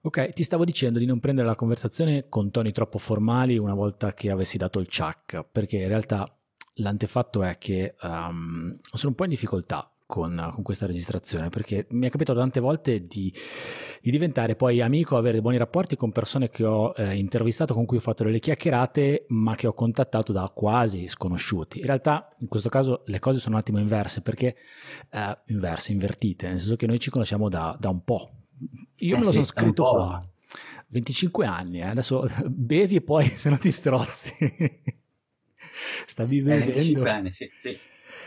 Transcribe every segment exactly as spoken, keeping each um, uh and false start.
Ok, ti stavo dicendo di non prendere la conversazione con toni troppo formali una volta che avessi dato il ciak, perché in realtà l'antefatto è che um, sono un po' in difficoltà con, con questa registrazione, perché mi è capitato tante volte di, di diventare poi amico, avere buoni rapporti con persone che ho eh, intervistato, con cui ho fatto delle chiacchierate, ma che ho contattato da quasi sconosciuti. In realtà in questo caso le cose sono un attimo inverse, perché eh, inverse, invertite, nel senso che noi ci conosciamo da, da un po'. Io Eh me lo sono sì, è un scritto qua, po'. venticinque anni, eh. Adesso bevi e poi se no ti strozzi. Stavi Eh, venticinque bevendo. anni, sì, sì.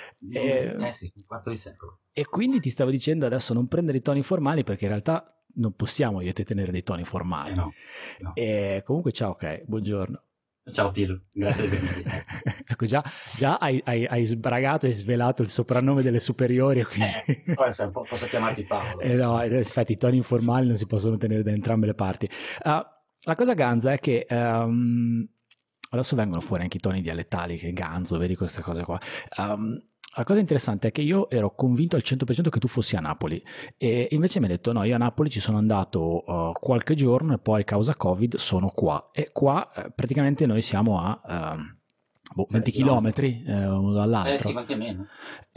E, Mm, Eh sì, un quarto di secolo. e quindi ti stavo dicendo adesso non prendere i toni formali perché in realtà non possiamo io e te tenere dei toni Eh formali. no, no. E comunque ciao, ok, buongiorno. Ciao Piero, grazie di avermi invitato. Ecco, già, già hai, hai, hai sbragato e svelato il soprannome delle superiori, quindi... Eh, poi se- po- posso chiamarti Paolo Eh adesso. no, in effetti i toni informali non si possono tenere da entrambe le parti. Uh, la cosa ganza è che um, adesso vengono fuori anche i toni dialettali, che ganzo, vedi queste cose qua. Um, la cosa interessante è che io ero convinto al cento per cento che tu fossi a Napoli e invece mi hai detto no, io a Napoli ci sono andato uh, qualche giorno e poi causa Covid sono qua e qua eh, praticamente noi siamo a uh, boh, Tre venti chilometri. chilometri eh, uno Eh sì, dall'altro. ma anche meno.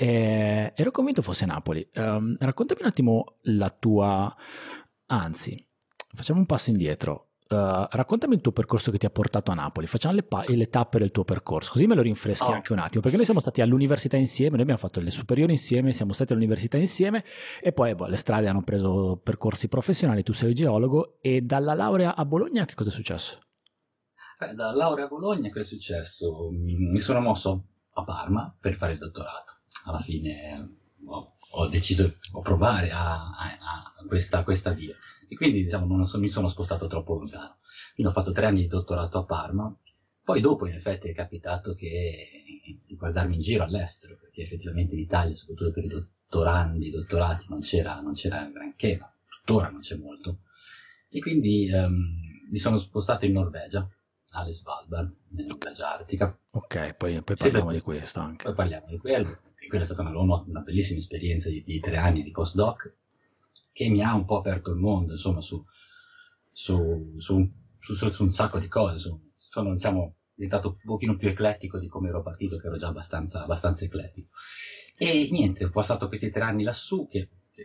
E ero convinto fosse Napoli. Um, raccontami un attimo la tua... Anzi, facciamo un passo indietro. Uh, raccontami il tuo percorso che ti ha portato a Napoli, facciamo le, pa- le tappe del tuo percorso, così me lo rinfreschi Oh, anche un attimo, perché noi siamo stati all'università insieme, noi abbiamo fatto le superiori insieme, siamo stati all'università insieme e poi boh, le strade hanno preso percorsi professionali, tu sei geologo e dalla laurea a Bologna che cosa è successo? beh, da laurea a Bologna che è successo? Mm, Mi sono mosso a Parma per fare il dottorato. Alla fine eh, ho, ho deciso di provare a, a- a questa, questa via. E quindi diciamo, non so- mi sono spostato troppo lontano. Quindi ho fatto tre anni di dottorato a Parma. Poi dopo in effetti è capitato che, di guardarmi in giro all'estero, perché effettivamente in Italia, soprattutto per i dottorandi, i dottorati, non c'era, non c'era granché, ma tuttora non c'è molto. E quindi ehm, mi sono spostato in Norvegia, alle Svalbard, nella Ok, Norvegia Artica. ok, poi, poi Sempre parliamo di per- questo anche. Poi parliamo di quello, e quella è stata una, una- una bellissima esperienza di, di tre anni di postdoc, che mi ha un po' aperto il mondo, insomma, su, su, su un, su- su- su un sacco di cose. Su- sono, diciamo, diventato un pochino più eclettico di come ero partito, che ero già abbastanza, abbastanza eclettico. E niente, ho passato questi tre anni lassù, che che,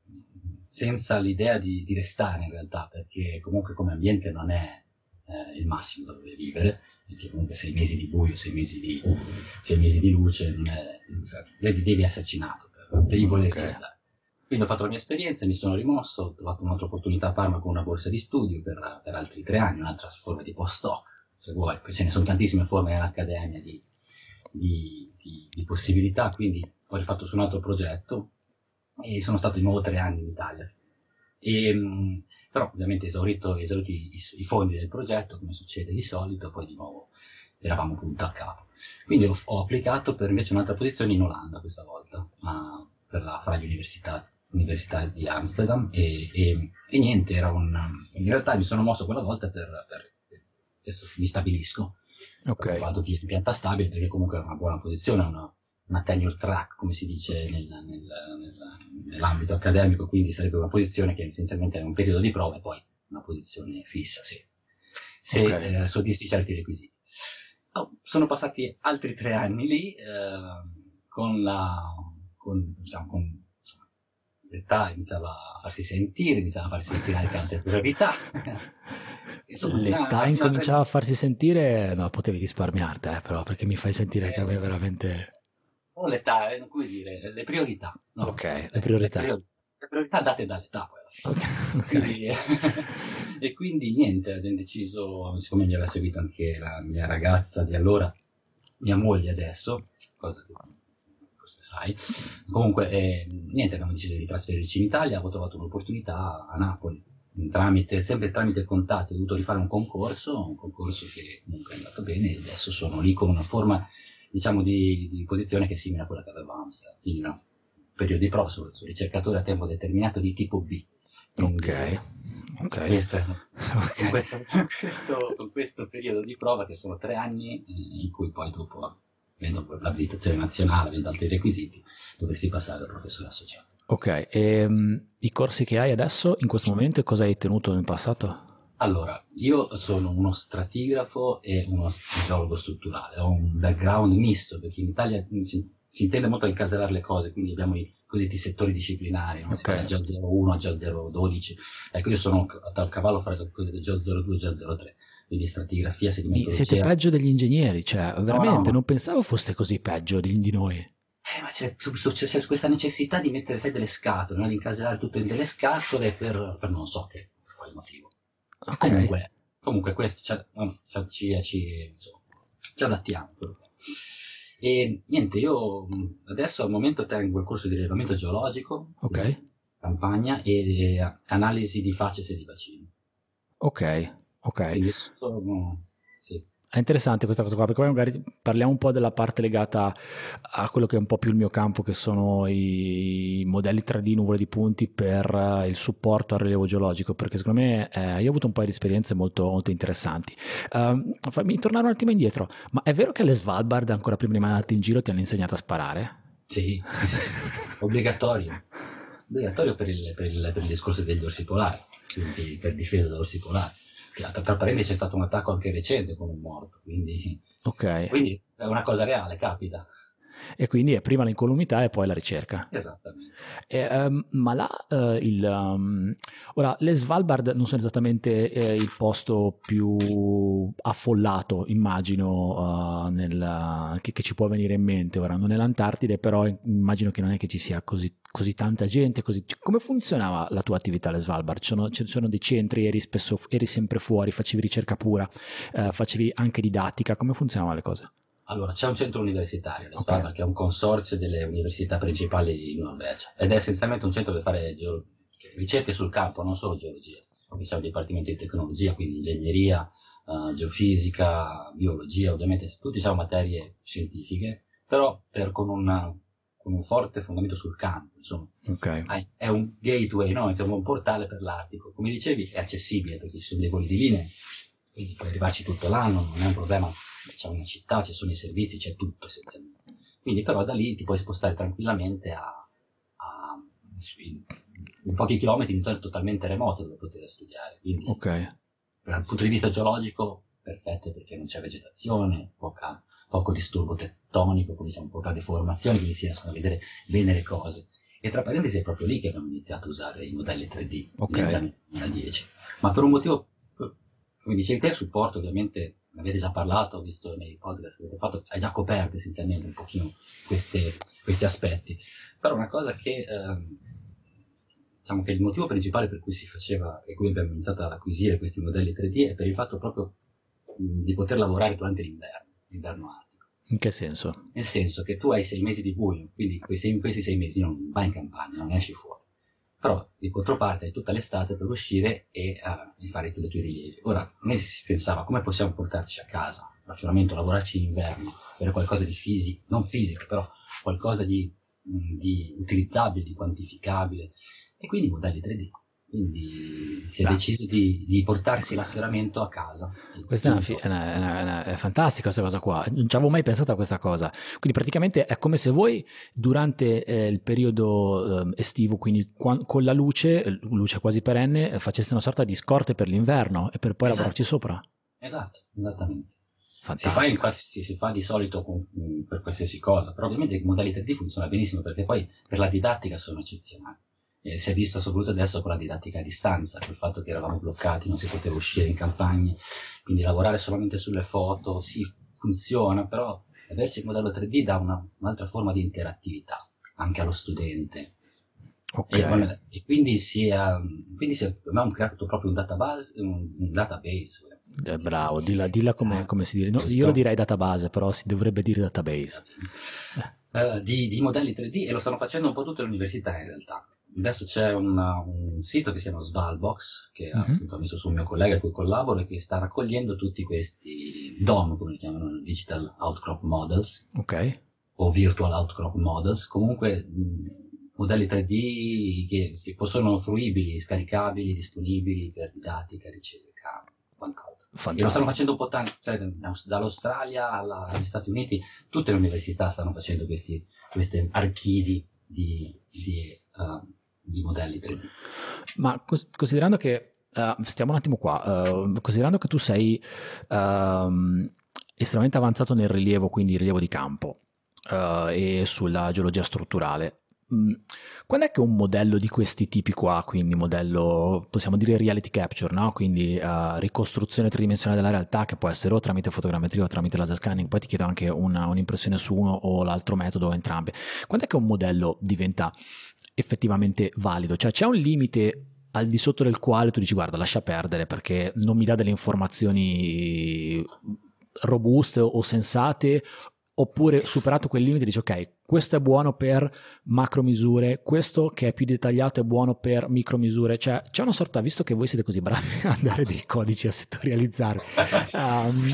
senza l'idea di, di restare in realtà, perché comunque come ambiente non è eh, il massimo dove vivere, perché comunque sei mesi di buio, sei mesi di, sei mesi di luce, non è, devi, devi esserci nato, per- devi volerci Ok. stare. Quindi ho fatto la mia esperienza, mi sono rimosso, ho trovato un'altra opportunità a Parma con una borsa di studio per, per altri tre anni, un'altra forma di postdoc, se vuoi, poi ce ne sono tantissime forme nell'accademia di, di, di, di possibilità, quindi ho rifatto su un altro progetto e sono stato di nuovo tre anni in Italia. E, mh, però ovviamente esaurito, esauriti i, i fondi del progetto, come succede di solito, poi di nuovo eravamo punto a capo. Quindi ho, ho applicato per invece un'altra posizione in Olanda questa volta, ma per la Vrije Università, Università di Amsterdam e, e, e niente, era un, in realtà mi sono mosso quella volta per, per adesso mi stabilisco, Ok, proprio vado via in pianta stabile perché comunque è una buona posizione, una, una tenure track come si dice nel, nel, nel, nell'ambito accademico, quindi sarebbe una posizione che essenzialmente è un periodo di prova e poi una posizione fissa, sì, ok. se eh, soddisfi certi requisiti. Oh, sono passati altri tre anni lì eh, con la con, diciamo, con insomma, l'età iniziava a farsi sentire, iniziava a farsi sentire anche altre priorità. Insomma, fino L'età a, fino a incominciava tre... a farsi sentire, no, potevi risparmiarti, eh, però, perché mi fai sentire che avevi eh, veramente... non l'età, eh, come dire, le priorità, no? Ok, le Eh, le, priorità. priori- le priorità date dall'età poi alla fine. Ok, E ok. quindi, e quindi niente, abbiamo deciso, siccome mi aveva seguito anche la mia ragazza di allora, mia moglie adesso, cosa che forse sai, comunque eh, niente, abbiamo deciso di trasferirci in Italia, ho trovato un'opportunità a Napoli, tramite, sempre tramite contatti, ho dovuto rifare un concorso, un concorso che comunque è andato bene e adesso sono lì con una forma diciamo di, di posizione che è simile a quella che aveva Amsterdam, quindi un periodo di prova su, su ricercatore a tempo determinato di tipo B. Ok, Quindi ok, questo, è- ok. con, questo, con questo- con questo periodo di prova che sono tre anni eh, in cui poi dopo, avendo l'abilitazione nazionale, avendo altri requisiti, dovresti passare al professore associato. Ok, e um, i corsi che hai adesso in questo momento e cosa hai tenuto nel passato? Allora, io sono uno stratigrafo e uno geologo strutturale, ho un background misto, perché in Italia si, si intende molto a incasellare le cose, quindi abbiamo i cosiddetti settori disciplinari, no? Si Ok. fa da Geo zero uno a Geo zero dodici, ecco io sono a cavallo fra il Geo zero due e Geo zero tre, quindi stratigrafia, Mi- Siete sedimentologia. peggio degli ingegneri, cioè No, no, veramente no. non pensavo foste così peggio di, di noi. Eh, ma c'è, su- su- c'è questa necessità di mettere, sai, delle scatole, no? Di incasellare tutto in delle scatole per, per non so che, per quale motivo. Ok. Comunque, comunque questo, cioè, no, cioè, ci, ci, insomma, ci adattiamo. E niente, io mh, adesso al momento tengo il corso di rilevamento geologico, Ok. di campagna e eh, analisi di facies e di bacini. Ok, ok. Quindi sono, sì. È interessante questa cosa qua, perché poi magari parliamo un po' della parte legata a quello che è un po' più il mio campo, che sono i modelli tre D, nuvole di punti per eh, il supporto al rilievo geologico, perché secondo me eh, io ho avuto un paio di esperienze molto, molto interessanti. Um, fammi tornare un attimo indietro, ma è vero che alle Svalbard, ancora prima di mandarti in giro, ti hanno insegnato a sparare? Sì, sì, sì, sì. Obbligatorio. Obbligatorio per il, per il, per il discorso degli orsi polari, quindi per difesa da orsi polari. Tra, tra parentesi c'è stato un attacco anche recente con un morto, quindi, Ok. quindi è una cosa reale, capita. E quindi è prima l'incolumità e poi la ricerca. Esattamente. E, ehm, ma là eh, il, um, ora le Svalbard non sono esattamente eh, il posto più affollato, immagino, uh, nel, che, che ci può venire in mente. Ora non è l'Antartide, però immagino che non è che ci sia così, così tanta gente. Così... Come funzionava la tua attività alle Svalbard? Ci sono, ci sono dei centri, eri, spesso, eri sempre fuori, facevi ricerca pura, eh, facevi anche didattica, come funzionavano le cose? Allora, c'è un centro universitario, Ok. Svalbard, che è un consorzio delle università principali in Norvegia, ed è essenzialmente un centro per fare geo- ricerche sul campo, non solo geologia. Quindi c'è un dipartimento di tecnologia, quindi ingegneria, eh, geofisica, biologia, ovviamente tutti sono materie scientifiche, però per- con, una- con un forte fondamento sul campo, insomma. Ok. Hai- È un gateway, no? Insomma, un portale per l'Artico. Come dicevi, è accessibile perché ci sono dei voli di linea, quindi puoi arrivarci tutto l'anno, non è un problema. C'è una città, ci sono i servizi, c'è tutto essenzialmente. Quindi però da lì ti puoi spostare tranquillamente a, a in, in pochi chilometri in zone totalmente remote dove poter studiare. Quindi Ok. dal punto di vista geologico perfette perché non c'è vegetazione, poca, poco disturbo tettonico, come diciamo, poca deformazione, quindi si riescono a vedere bene le cose. E tra parentesi è proprio lì che abbiamo iniziato a usare i modelli tre D Ok. negli anni duemiladieci. Ma per un motivo, come dicevi te, il supporto ovviamente avete già parlato, ho visto nei podcast che avete fatto, hai già coperto essenzialmente un pochino queste, questi aspetti. Però una cosa che, ehm, diciamo che il motivo principale per cui si faceva e cui abbiamo iniziato ad acquisire questi modelli tre D è per il fatto proprio mh, di poter lavorare durante l'inverno, l'inverno artico. In che senso? Nel senso che tu hai sei mesi di buio, quindi questi, in questi sei mesi non vai in campagna, non esci fuori. Però di controparte hai tutta l'estate per uscire e, uh, e fare le tue rilievi. Ora, noi si pensava come possiamo portarci a casa, raffioramento, lavorarci in inverno, avere qualcosa di fisico, non fisico, però qualcosa di, mh, di utilizzabile, di quantificabile, e quindi modelli tre D. Quindi si è Beh. deciso di, di portarsi l'affioramento a casa. Questa è, una fi- è, una- è una- è una- è fantastica questa cosa qua, non ci avevo mai pensato a questa cosa. Quindi praticamente è come se voi durante eh, il periodo eh, estivo, quindi qua- con la luce, eh, luce quasi perenne, eh, faceste una sorta di scorte per l'inverno e per poi Esatto. lavorarci sopra. Esatto, esattamente. Fantastico. Si fa, in qualsiasi, si fa di solito con, per qualsiasi cosa, però ovviamente i modelli tre D funziona benissimo perché poi per la didattica sono eccezionali. Eh, si è visto soprattutto adesso con la didattica a distanza, col fatto che eravamo bloccati, non si poteva uscire in campagne, quindi lavorare solamente sulle foto, sì, funziona, però averci il modello tre D dà una, un'altra forma di interattività anche allo studente. Ok. E, e quindi si è, quindi si è, abbiamo creato proprio un database, un, un database. Eh, bravo, dilla, dilla come, come si dice. No, io lo direi database, però si dovrebbe dire database. Uh, di, di modelli tre D, e lo stanno facendo un po' tutte le università in realtà. Adesso c'è una, un sito che si chiama Svalbox, che mm-hmm. appunto ho messo sul mio collega con cui collaboro, e che sta raccogliendo tutti questi D O M, come li chiamano, Digital Outcrop Models, ok, o Virtual Outcrop Models, comunque mh, modelli tre D che, che sono fruibili, scaricabili, disponibili per didattica, ricerca, quant'altro. Fantastico. E lo stanno facendo un po' tanto, cioè, dall'Australia alla, agli Stati Uniti, tutte le università stanno facendo questi, questi archivi di, di uh, di modelli tre D. Ma cos- considerando che uh, stiamo un attimo qua, uh, considerando che tu sei uh, estremamente avanzato nel rilievo, quindi il rilievo di campo uh, e sulla geologia strutturale, mh, quando è che un modello di questi tipi qua, quindi modello, possiamo dire reality capture, no? Quindi uh, ricostruzione tridimensionale della realtà, che può essere o tramite fotogrammetria o tramite laser scanning, poi ti chiedo anche una, un'impressione su uno o l'altro metodo o entrambe, quando è che un modello diventa effettivamente valido? Cioè c'è un limite al di sotto del quale tu dici guarda, lascia perdere perché non mi dà delle informazioni robuste o sensate, oppure superato quel limite dici ok, questo è buono per macromisure, questo che è più dettagliato è buono per micromisure? Cioè c'è una sorta, visto che voi siete così bravi a dare dei codici a settorializzare, um,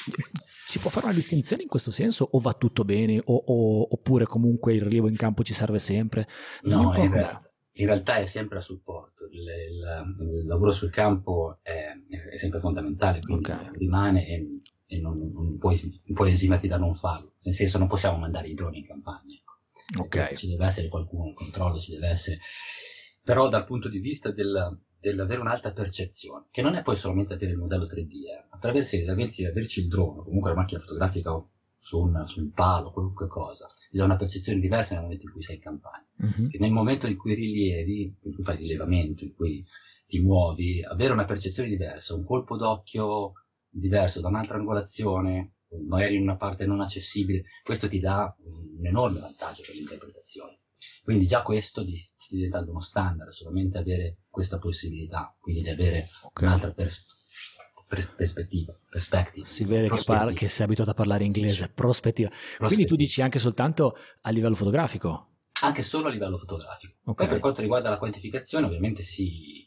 si può fare una distinzione in questo senso o va tutto bene o, o, oppure comunque il rilievo in campo ci serve sempre? Dimmi No, un po' in, com'è. re- in realtà è sempre a supporto, il, il- il lavoro sul campo è, è sempre fondamentale, quindi Ok. rimane e, e non, non puoi, non puoi esimerti da non farlo, nel senso non possiamo mandare i droni in campagna, ecco. Ok. Perché ci deve essere qualcuno, un controllo, ci deve essere, però dal punto di vista del, dell'avere un'alta percezione, che non è poi solamente avere il modello tre D, eh, ma per aversi, averci, averci il drone, comunque la macchina fotografica su un, su un palo, qualunque cosa, ti dà una percezione diversa nel momento in cui sei in campagna. Mm-hmm. E nel momento in cui rilievi, in cui fai rilevamento, in cui ti muovi, avere una percezione diversa, un colpo d'occhio diverso da un'altra angolazione, magari in una parte non accessibile, questo ti dà un enorme vantaggio per l'interpretazione. Quindi già questo di, sta diventando uno standard, solamente avere questa possibilità, quindi di avere okay. un'altra perspettiva. Per- perspettiva, perspective. Si vede che, par- che sei abituato a parlare inglese, prospettiva. prospettiva. Quindi tu dici anche soltanto a livello fotografico? Anche solo a livello fotografico. Okay. Poi per quanto riguarda la quantificazione, ovviamente si,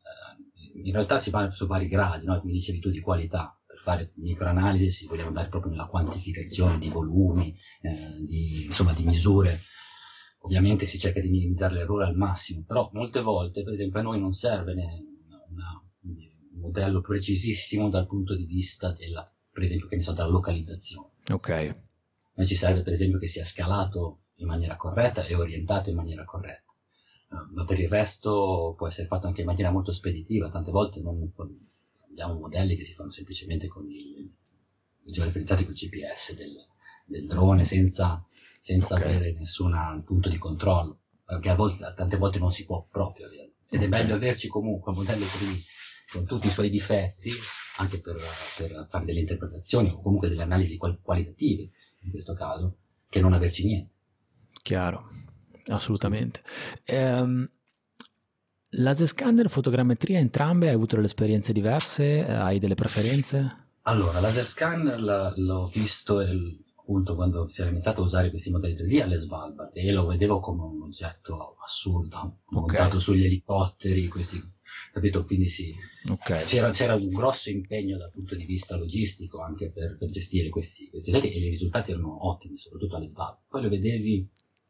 eh, in realtà si va su vari gradi, no? Come dicevi tu, di qualità. Per fare microanalisi si vogliamo andare proprio nella quantificazione di volumi, eh, di, insomma di misure. Ovviamente si cerca di minimizzare l'errore al massimo, però molte volte, per esempio, a noi non serve una, una un modello precisissimo dal punto di vista della, per esempio, che ne so, della localizzazione. Ok. A noi ci serve, per esempio, che sia scalato in maniera corretta e orientato in maniera corretta. Uh, ma per il resto può essere fatto anche in maniera molto speditiva. Tante volte non abbiamo modelli che si fanno semplicemente con il georeferenziati col G P S del, del drone senza, senza okay. avere nessun punto di controllo, che a volte, tante volte non si può proprio avere. Ed okay. è meglio averci comunque un modello tre D con tutti i suoi difetti, anche per, per fare delle interpretazioni o comunque delle analisi qual- qualitative, in questo caso, che non averci niente. Chiaro, assolutamente. Ehm, laser scanner, fotogrammetria, entrambe, hai avuto delle esperienze diverse? Hai delle preferenze? Allora, laser scanner l- l'ho visto il, appunto quando si era iniziato a usare questi modelli tre D alle Svalbard e lo vedevo come un oggetto assurdo, okay. montato sugli elicotteri, questi... Capito? Quindi sì, okay. c'era, c'era un grosso impegno dal punto di vista logistico anche per, per gestire questi, questi oggetti e i risultati erano ottimi, soprattutto alle Svalbard. Poi lo vedevi,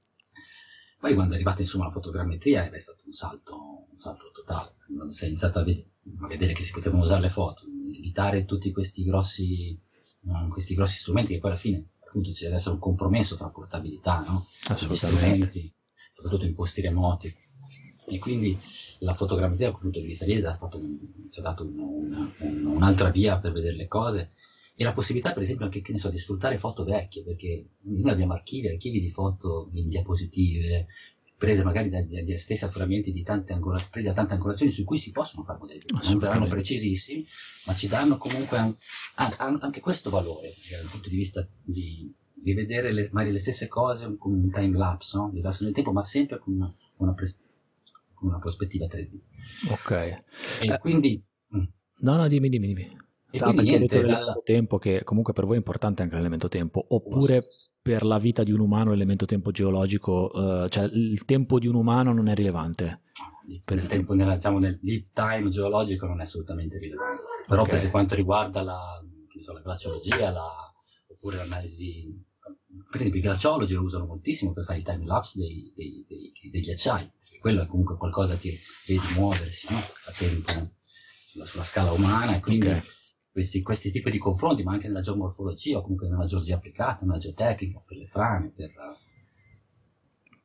poi quando è arrivata insomma la fotogrammetria è stato un salto, un salto totale. Quando si è iniziato a, ved- a vedere che si potevano usare le foto, editare tutti questi grossi, um, questi grossi strumenti, che poi alla fine appunto ci deve essere un compromesso fra portabilità, no? Assolutamente. Soprattutto in posti remoti. E quindi la fotogrammetria dal punto di vista lì ci ha dato, un, ci ha dato un, un, un, un'altra via per vedere le cose e la possibilità per esempio anche che ne so, di sfruttare foto vecchie, perché noi abbiamo archivi archivi di foto in diapositive prese magari dagli da stessi afforamenti di tante angola, prese da tante angolazioni su cui si possono fare modelli, non saranno precisissimi ma ci danno comunque an, an, anche questo valore dal punto di vista di, di vedere le, magari le stesse cose con un time lapse, no? Diverso nel tempo ma sempre con una, una pres- una prospettiva tre D. Ok. E eh, quindi... No, no, dimmi, dimmi, dimmi. E ah, quindi perché niente, hai detto l'elemento tempo, che comunque per voi è importante anche l'elemento tempo, oppure per la vita di un umano l'elemento tempo geologico, uh, cioè il tempo di un umano non è rilevante? Per il tempo, nella, diciamo, nel deep time geologico non è assolutamente rilevante. Però okay. per quanto riguarda la, so, la glaciologia, la, oppure l'analisi... Per esempio i glaciologi lo usano moltissimo per fare i time lapse dei, dei, dei, dei ghiacciai. Quello è comunque qualcosa che vedi muoversi, no? A tempo sulla, sulla scala umana e quindi okay. questi, questi tipi di confronti, ma anche nella geomorfologia o comunque nella geologia applicata, nella geotecnica, per le frane, per...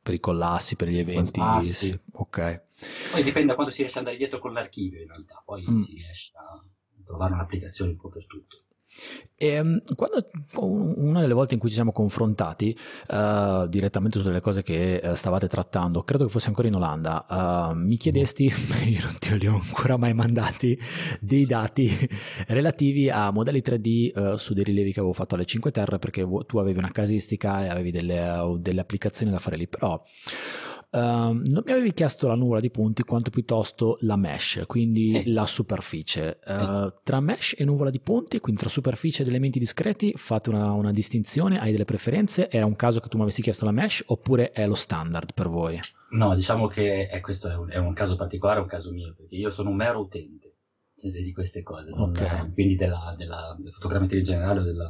Per i collassi, per gli eventi, collassi. Sì. Ok. Poi dipende da quando si riesce ad andare dietro con l'archivio, in realtà, poi Mm. si riesce a trovare un'applicazione un po' per tutto. E, um, quando, una delle volte in cui ci siamo confrontati uh, direttamente su delle cose che uh, stavate trattando, credo che fosse ancora in Olanda, uh, mi chiedesti, io non te li ho ancora mai mandati, dei dati relativi a modelli tre D uh, su dei rilievi che avevo fatto alle Cinque Terre, perché tu avevi una casistica e avevi delle, uh, delle applicazioni da fare lì, però Uh, non mi avevi chiesto la nuvola di punti quanto piuttosto la mesh, quindi Sì. la superficie. Uh, Sì. Tra mesh e nuvola di punti, quindi tra superficie ed elementi discreti, fate una, una distinzione? Hai delle preferenze? Era un caso che tu mi avessi chiesto la mesh oppure è lo standard per voi? No, diciamo che è, questo è un, è un caso particolare, è un caso mio, perché io sono un mero utente di queste cose, non, Ok. quindi della, della, della fotogrammetria in generale o della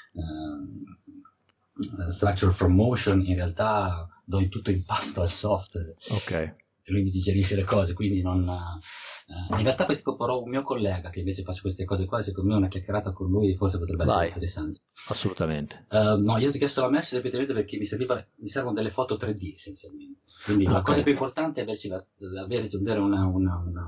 uh, structure from motion, in realtà do in tutto in pasto al software. Ok. E lui mi digerisce le cose, quindi non... Uh, in realtà poi ti proporrò un mio collega che invece fa queste cose qua, secondo me una chiacchierata con lui forse potrebbe Vai. essere interessante. Assolutamente. Uh, no, io ti ho chiesto la mesh semplicemente perché mi, serviva, mi servono delle foto tre D essenzialmente. Quindi Ah, la ok. cosa più importante è averci la, avere, avere una, una, una,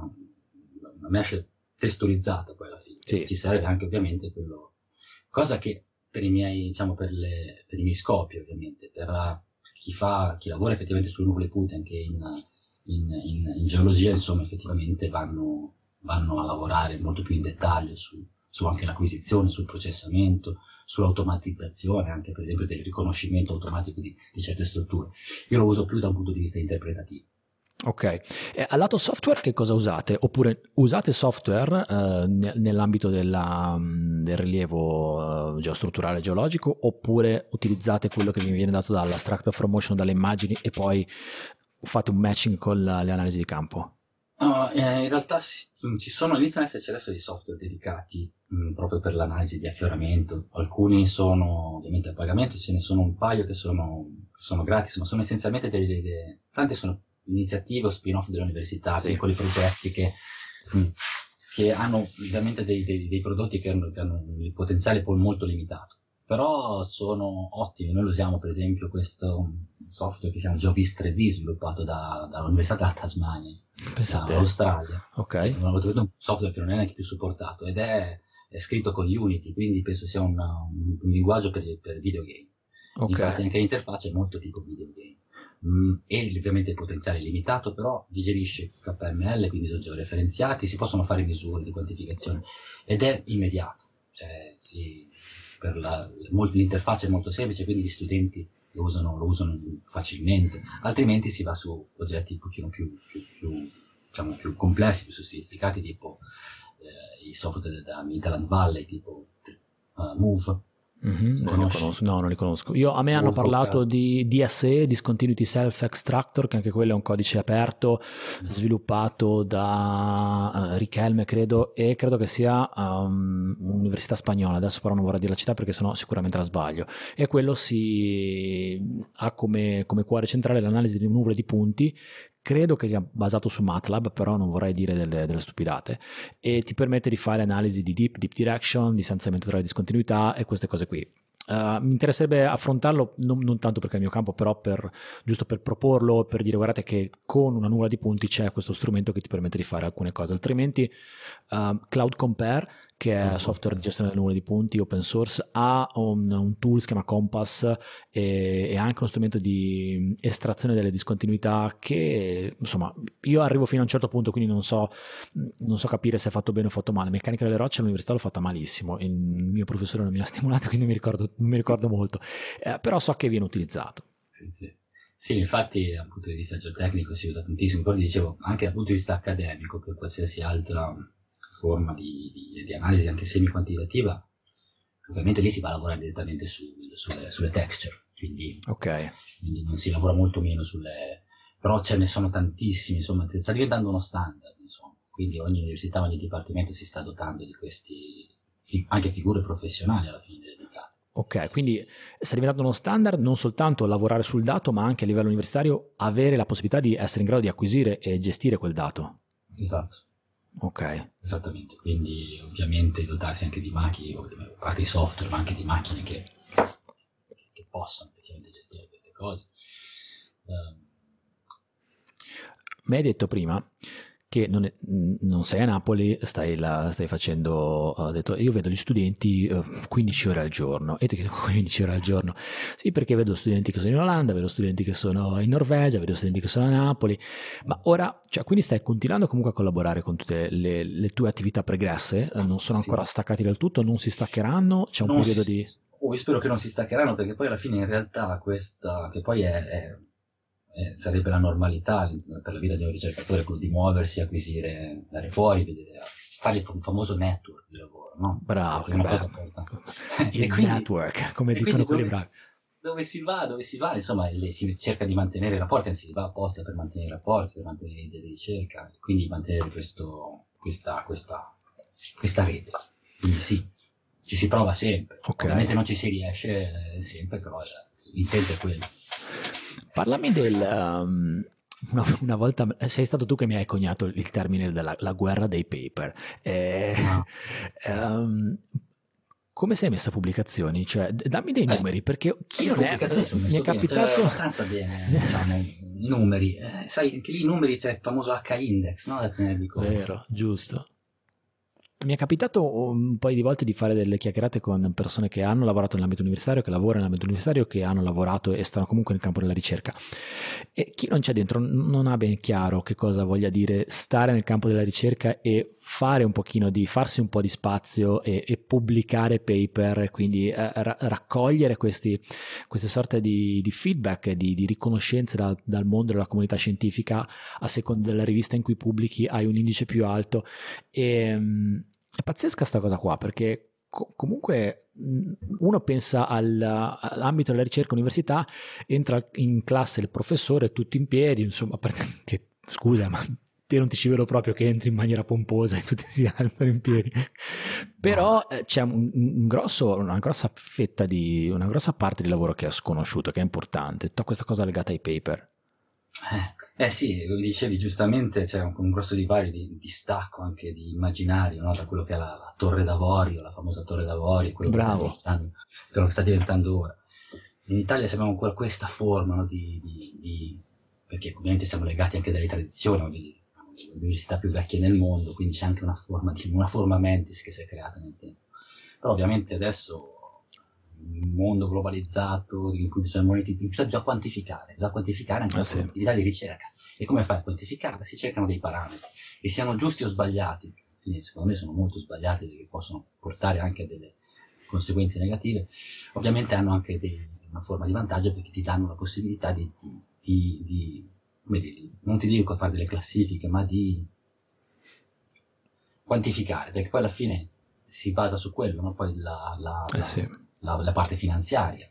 una mesh texturizzata poi alla fine. Sì. Ci serve anche ovviamente quello, cosa che per i miei, diciamo, per, le, per i miei scopi ovviamente, per chi fa, chi lavora effettivamente sulle nuvole punte anche in, in, in, in geologia, insomma, effettivamente vanno, vanno a lavorare molto più in dettaglio su, su anche l'acquisizione, sul processamento, sull'automatizzazione, anche per esempio del riconoscimento automatico di, di certe strutture. Io lo uso più da un punto di vista interpretativo. Ok, e al lato software che cosa usate? Oppure usate software eh, nell'ambito della, del rilievo eh, geostrutturale geologico, oppure utilizzate quello che vi viene dato dalla structure from motion, dalle immagini, e poi fate un matching con la, le analisi di campo? No, eh, in realtà si, ci sono, iniziano ad esserci adesso dei software dedicati mh, proprio per l'analisi di affioramento. Alcuni sono ovviamente a pagamento, ce ne sono un paio che sono, sono gratis, ma sono essenzialmente delle, delle tante sono iniziative o spin-off delle università, Sì. piccoli progetti che, mh, che hanno ovviamente dei, dei, dei prodotti che hanno, che hanno il potenziale poi molto limitato, però sono ottimi. Noi lo usiamo per esempio questo software che si chiama GeoVis tre D, sviluppato da, dall'Università della Tasmania, dall'Australia. Ok. Un software che non è neanche più supportato ed è, è scritto con Unity, quindi penso sia un, un, un linguaggio per, per videogame. Okay. Infatti anche l'interfaccia è molto tipo videogame. Mm, e ovviamente il potenziale è limitato, però digerisce K M L, quindi sono georeferenziati, si possono fare misure di quantificazione ed è immediato, cioè si, per la, molto, l'interfaccia è molto semplice, quindi gli studenti lo usano, lo usano facilmente, altrimenti si va su progetti un pochino più, più, più, diciamo, più complessi, più sofisticati, tipo eh, i software da Midland Valley, tipo uh, Move. Mm-hmm, non li conosco, no, non li conosco. Io, a me hanno parlato di D S E, Discontinuity Self Extractor, che anche quello è un codice aperto, mm-hmm. sviluppato da uh, Richelme, credo, e credo che sia um, un'università spagnola, adesso però non vorrei dire la città perché sennò sicuramente la sbaglio, e quello si ha come, come cuore centrale l'analisi di nuvole di punti. Credo che sia basato su MATLAB, però non vorrei dire delle, delle stupidate, e ti permette di fare analisi di deep, deep direction, distanziamento tra le discontinuità e queste cose qui. Uh, mi interesserebbe affrontarlo non, non tanto perché è il mio campo, però per, giusto per proporlo, per dire guardate che con una nuvola di punti c'è questo strumento che ti permette di fare alcune cose, altrimenti uh, Cloud Compare, che è software di gestione delle nuvole di punti open source, ha un, un tool che si chiama Compass e, e anche uno strumento di estrazione delle discontinuità che insomma io arrivo fino a un certo punto, quindi non so, non so capire se è fatto bene o fatto male. Meccanica delle rocce all'università l'ho fatta malissimo, il mio professore non mi ha stimolato, quindi mi ricordo non mi ricordo molto, eh, però so che viene utilizzato. Sì, sì. Sì, infatti dal punto di vista geotecnico si usa tantissimo, però dicevo anche dal punto di vista accademico, per qualsiasi altra forma di, di, di analisi anche semi-quantitativa, ovviamente lì si va a lavorare direttamente su, sulle, sulle texture, quindi, okay. quindi non si lavora molto meno sulle, però ce ne sono tantissimi, insomma sta diventando uno standard, insomma, quindi ogni università, ogni dipartimento si sta dotando di questi, anche figure professionali alla fine dedicate. Ok, quindi sta diventando uno standard non soltanto lavorare sul dato, ma anche a livello universitario avere la possibilità di essere in grado di acquisire e gestire quel dato. Esatto. Ok. Esattamente, quindi ovviamente dotarsi anche di macchine, a parte di software, ma anche di macchine che, che possano effettivamente gestire queste cose. Eh, Mi hai detto prima che non, è- non sei a Napoli, stai, là, stai facendo, ho detto, io vedo gli studenti eh, quindici ore al giorno, e tu chiedo quindici ore al giorno? Sì, perché vedo studenti che sono in Olanda, vedo studenti che sono in Norvegia, vedo studenti che sono a Napoli, ma ora, cioè, quindi stai continuando comunque a collaborare con tutte le, le tue attività pregresse, eh, non sono sì. ancora staccati del tutto, non si staccheranno, c'è un Non periodo si- di... oh, io spero che non si staccheranno, perché poi alla fine in realtà questa, che poi è, è- è- sarebbe la normalità per la vita di un ricercatore, quello di muoversi, acquisire, andare fuori, vedere, fare il fam- famoso network di lavoro, no? Che Bravo, è che una bello. cosa importante. E Il quindi, network, come e dicono quindi quelli dove, bravi. dove si va, dove si va, insomma, le- si cerca di mantenere i rapporti, anzi si va apposta per mantenere i rapporti, per mantenere le idee di ricerca, e quindi mantenere questo, questa, questa, questa rete. Quindi sì, ci si prova sempre. Ok. Ovviamente non ci si riesce eh, sempre, però eh, l'intento è quello. Parlami del... um, una, una volta sei stato tu che mi hai coniato il termine della la guerra dei paper. Eh, Ma, um, come sei messa a pubblicazioni? Cioè, d- dammi dei beh, numeri, perché chi io non è... pubblicazioni sono Mi è messo bene, eh, capitato... abbastanza bene, diciamo, i numeri. Eh, sai, anche lì i numeri c'è il famoso H-index, no? Da tenerli conto. Vero, giusto. Mi è capitato un paio di volte di fare delle chiacchierate con persone che hanno lavorato nell'ambito universitario, che lavorano nell'ambito universitario, che hanno lavorato e stanno comunque nel campo della ricerca. E chi non c'è dentro non ha ben chiaro che cosa voglia dire stare nel campo della ricerca e fare un pochino di, farsi un po' di spazio e, e pubblicare paper, quindi eh, ra- raccogliere questi, queste sorte di, di feedback, di, di riconoscenze da, dal mondo della comunità scientifica. A seconda della rivista in cui pubblichi hai un indice più alto. E, mh, è pazzesca sta cosa qua, perché co- comunque mh, uno pensa al- all'ambito della ricerca università, entra in classe il professore tutto in piedi, insomma, per- che, scusa, ma te non ti ci vedo proprio che entri in maniera pomposa e tutti si alzano in piedi. Però eh, c'è un, un grosso, una grossa fetta di, una grossa parte di lavoro che è sconosciuto, che è importante, tutta questa cosa legata ai paper. Eh, eh sì, come dicevi giustamente, c'è un, un grosso divario di, di stacco anche di immaginario, no? Da quello che è la, la Torre d'Avorio, la famosa Torre d'Avorio, quello che sta Bravo. diventando, quello che sta diventando ora. In Italia abbiamo ancora questa forma, no? di, di, di- perché ovviamente siamo legati anche dalle tradizioni, no? Di- le università più vecchie del mondo, quindi c'è anche una forma, di, una forma mentis che si è creata nel tempo. Però ovviamente adesso un mondo globalizzato in cui bisogna monetizzare, bisogna quantificare, bisogna quantificare anche Ah, la sì. produttività di ricerca. E come fai a quantificarla? Si cercano dei parametri, che siano giusti o sbagliati, quindi secondo me sono molto sbagliati perché possono portare anche a delle conseguenze negative, ovviamente hanno anche dei, una forma di vantaggio perché ti danno la possibilità di, di, di, come dire, non ti dico fare delle classifiche, ma di quantificare, perché poi alla fine si basa su quello, no? Poi la, la, Eh la, sì. la, la parte finanziaria.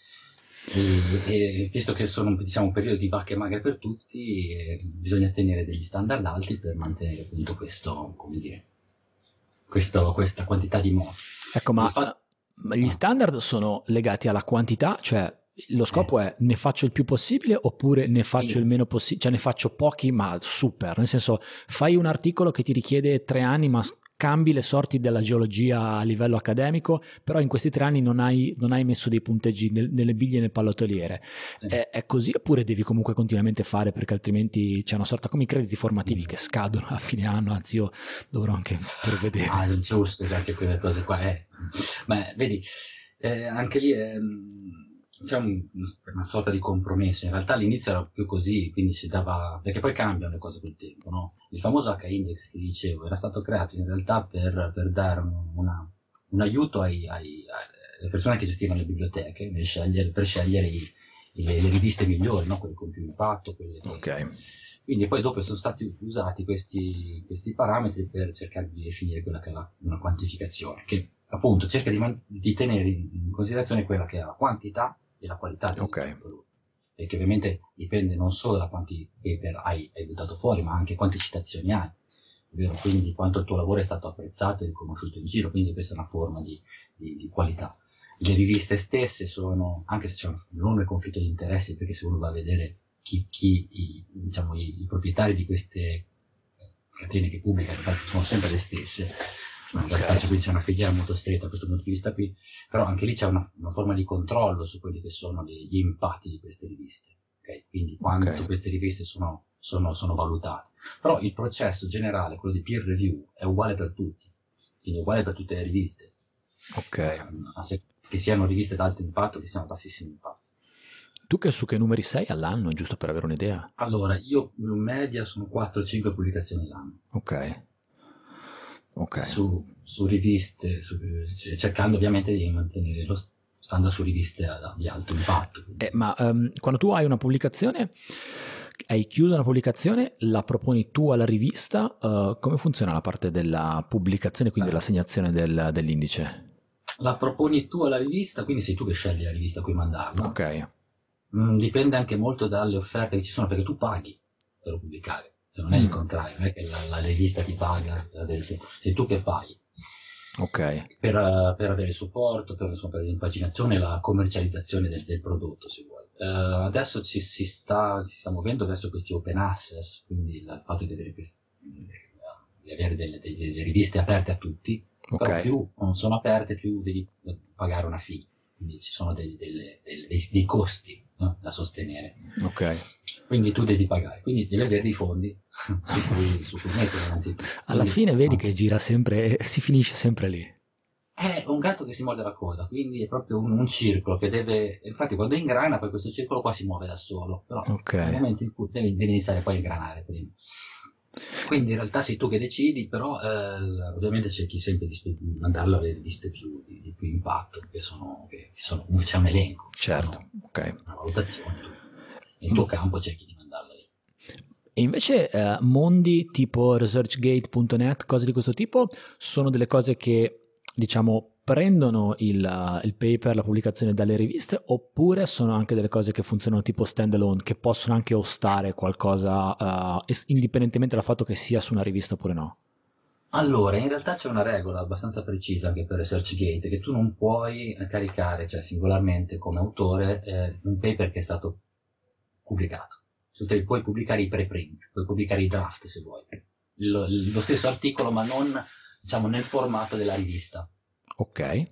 E, e visto che sono diciamo, un periodo di vacche magre per tutti, eh, bisogna tenere degli standard alti per mantenere appunto questo, come dire, questo, questa quantità di morti. Ecco, ma, Infatti, ma gli standard sono legati alla quantità, cioè lo scopo eh, è ne faccio il più possibile oppure ne faccio sì. il meno possibile, cioè ne faccio pochi ma super, nel senso fai un articolo che ti richiede tre anni ma cambi le sorti della geologia a livello accademico, però in questi tre anni non hai, non hai messo dei punteggi nel, nelle biglie nel pallottoliere. Sì. È, è così oppure devi comunque continuamente fare perché altrimenti c'è una sorta come i crediti formativi che scadono a fine anno, anzi io dovrò anche provvedere. Ah, è giusto, c'è anche quelle cose qua. Eh. Ma vedi, eh, anche lì è, c'è un, una sorta di compromesso. In realtà all'inizio era più così, quindi si dava, perché poi cambiano le cose col tempo, no? Il famoso H-index che dicevo era stato creato in realtà per, per dare un, una, un aiuto ai, ai, alle persone che gestivano le biblioteche nel scegliere, per scegliere i, le, le riviste migliori, no? Quelle con più impatto, quelle che, Ok. quindi poi dopo sono stati usati questi, questi parametri per cercare di definire quella che è la, una quantificazione, che appunto cerca di, man- di tenere in considerazione quella che è la quantità e la qualità del Ok. prodotto. Perché ovviamente dipende non solo da quanti paper hai, hai buttato fuori, ma anche quante citazioni hai, ovvero quindi quanto il tuo lavoro è stato apprezzato e riconosciuto in giro, quindi questa è una forma di, di, di qualità. Le riviste stesse sono, anche se c'è un enorme conflitto di interessi, perché se uno va a vedere chi, chi i, diciamo, i, i proprietari di queste catene che pubblicano, infatti sono sempre le stesse, in realtà c'è, quindi c'è una filiera molto stretta da questo punto di vista qui, però anche lì c'è una, una forma di controllo su quelli che sono le, gli impatti di queste riviste, okay? Quindi quanto okay. queste riviste sono, sono, sono valutate. Però il processo generale, quello di peer review, è uguale per tutti, quindi è uguale per tutte le riviste, Ok. uh, che siano riviste ad alto impatto, che siano bassissimo impatto. Tu che su che numeri sei all'anno, giusto per avere un'idea? Allora, io in media sono quattro cinque pubblicazioni all'anno. Ok. Ok. Su, su riviste, su, cercando ovviamente di mantenere lo stando su riviste di alto impatto. Eh, ma um, quando tu hai una pubblicazione, hai chiuso una pubblicazione, la proponi tu alla rivista, uh, come funziona la parte della pubblicazione, quindi l'assegnazione del, dell'indice? La proponi tu alla rivista, quindi sei tu che scegli la rivista a cui mandarla. Ok. Mm, dipende anche molto dalle offerte che ci sono, perché tu paghi per pubblicare, cioè, non è mm. il contrario, non è che la, la rivista ti paga, sei tu che paghi. Ok. Per, uh, per avere il supporto, per, insomma, per l'impaginazione e la commercializzazione del, del prodotto, se vuoi. Uh, adesso ci si sta, si sta muovendo verso questi open access, quindi il fatto di avere, questi, di avere delle, delle, delle riviste aperte a tutti, okay. Però più non sono aperte, più devi pagare una fee, quindi ci sono dei, delle, delle, dei, dei costi, no? Da sostenere. Ok. Quindi tu devi pagare, quindi devi avere dei fondi su cui, su cui mettere innanzitutto. Alla quindi, fine vedi no? che gira sempre, si finisce sempre lì. È un gatto che si morde la coda, quindi è proprio un, un circolo che deve, infatti quando ingrana poi questo circolo qua si muove da solo, però okay. nel momento in cui devi, devi iniziare poi a ingranare prima. Quindi in realtà sei tu che decidi, però eh, ovviamente cerchi sempre di mandarlo alle riviste più di, di più impatto, che sono, che sono c'è un elenco, certo, no? Ok. Una valutazione, nel tuo campo cerchi di mandarla lì. E invece eh, mondi tipo researchgate punto net, cose di questo tipo, sono delle cose che diciamo prendono il, il paper, la pubblicazione dalle riviste, oppure sono anche delle cose che funzionano tipo stand alone, che possono anche ostare qualcosa uh, indipendentemente dal fatto che sia su una rivista oppure no? Allora, in realtà c'è una regola abbastanza precisa anche per ResearchGate, che tu non puoi caricare, cioè singolarmente come autore, eh, un paper che è stato pubblicato. Tu te puoi pubblicare i preprint, puoi pubblicare i draft se vuoi, lo, lo stesso articolo ma non, diciamo, nel formato della rivista. Ok.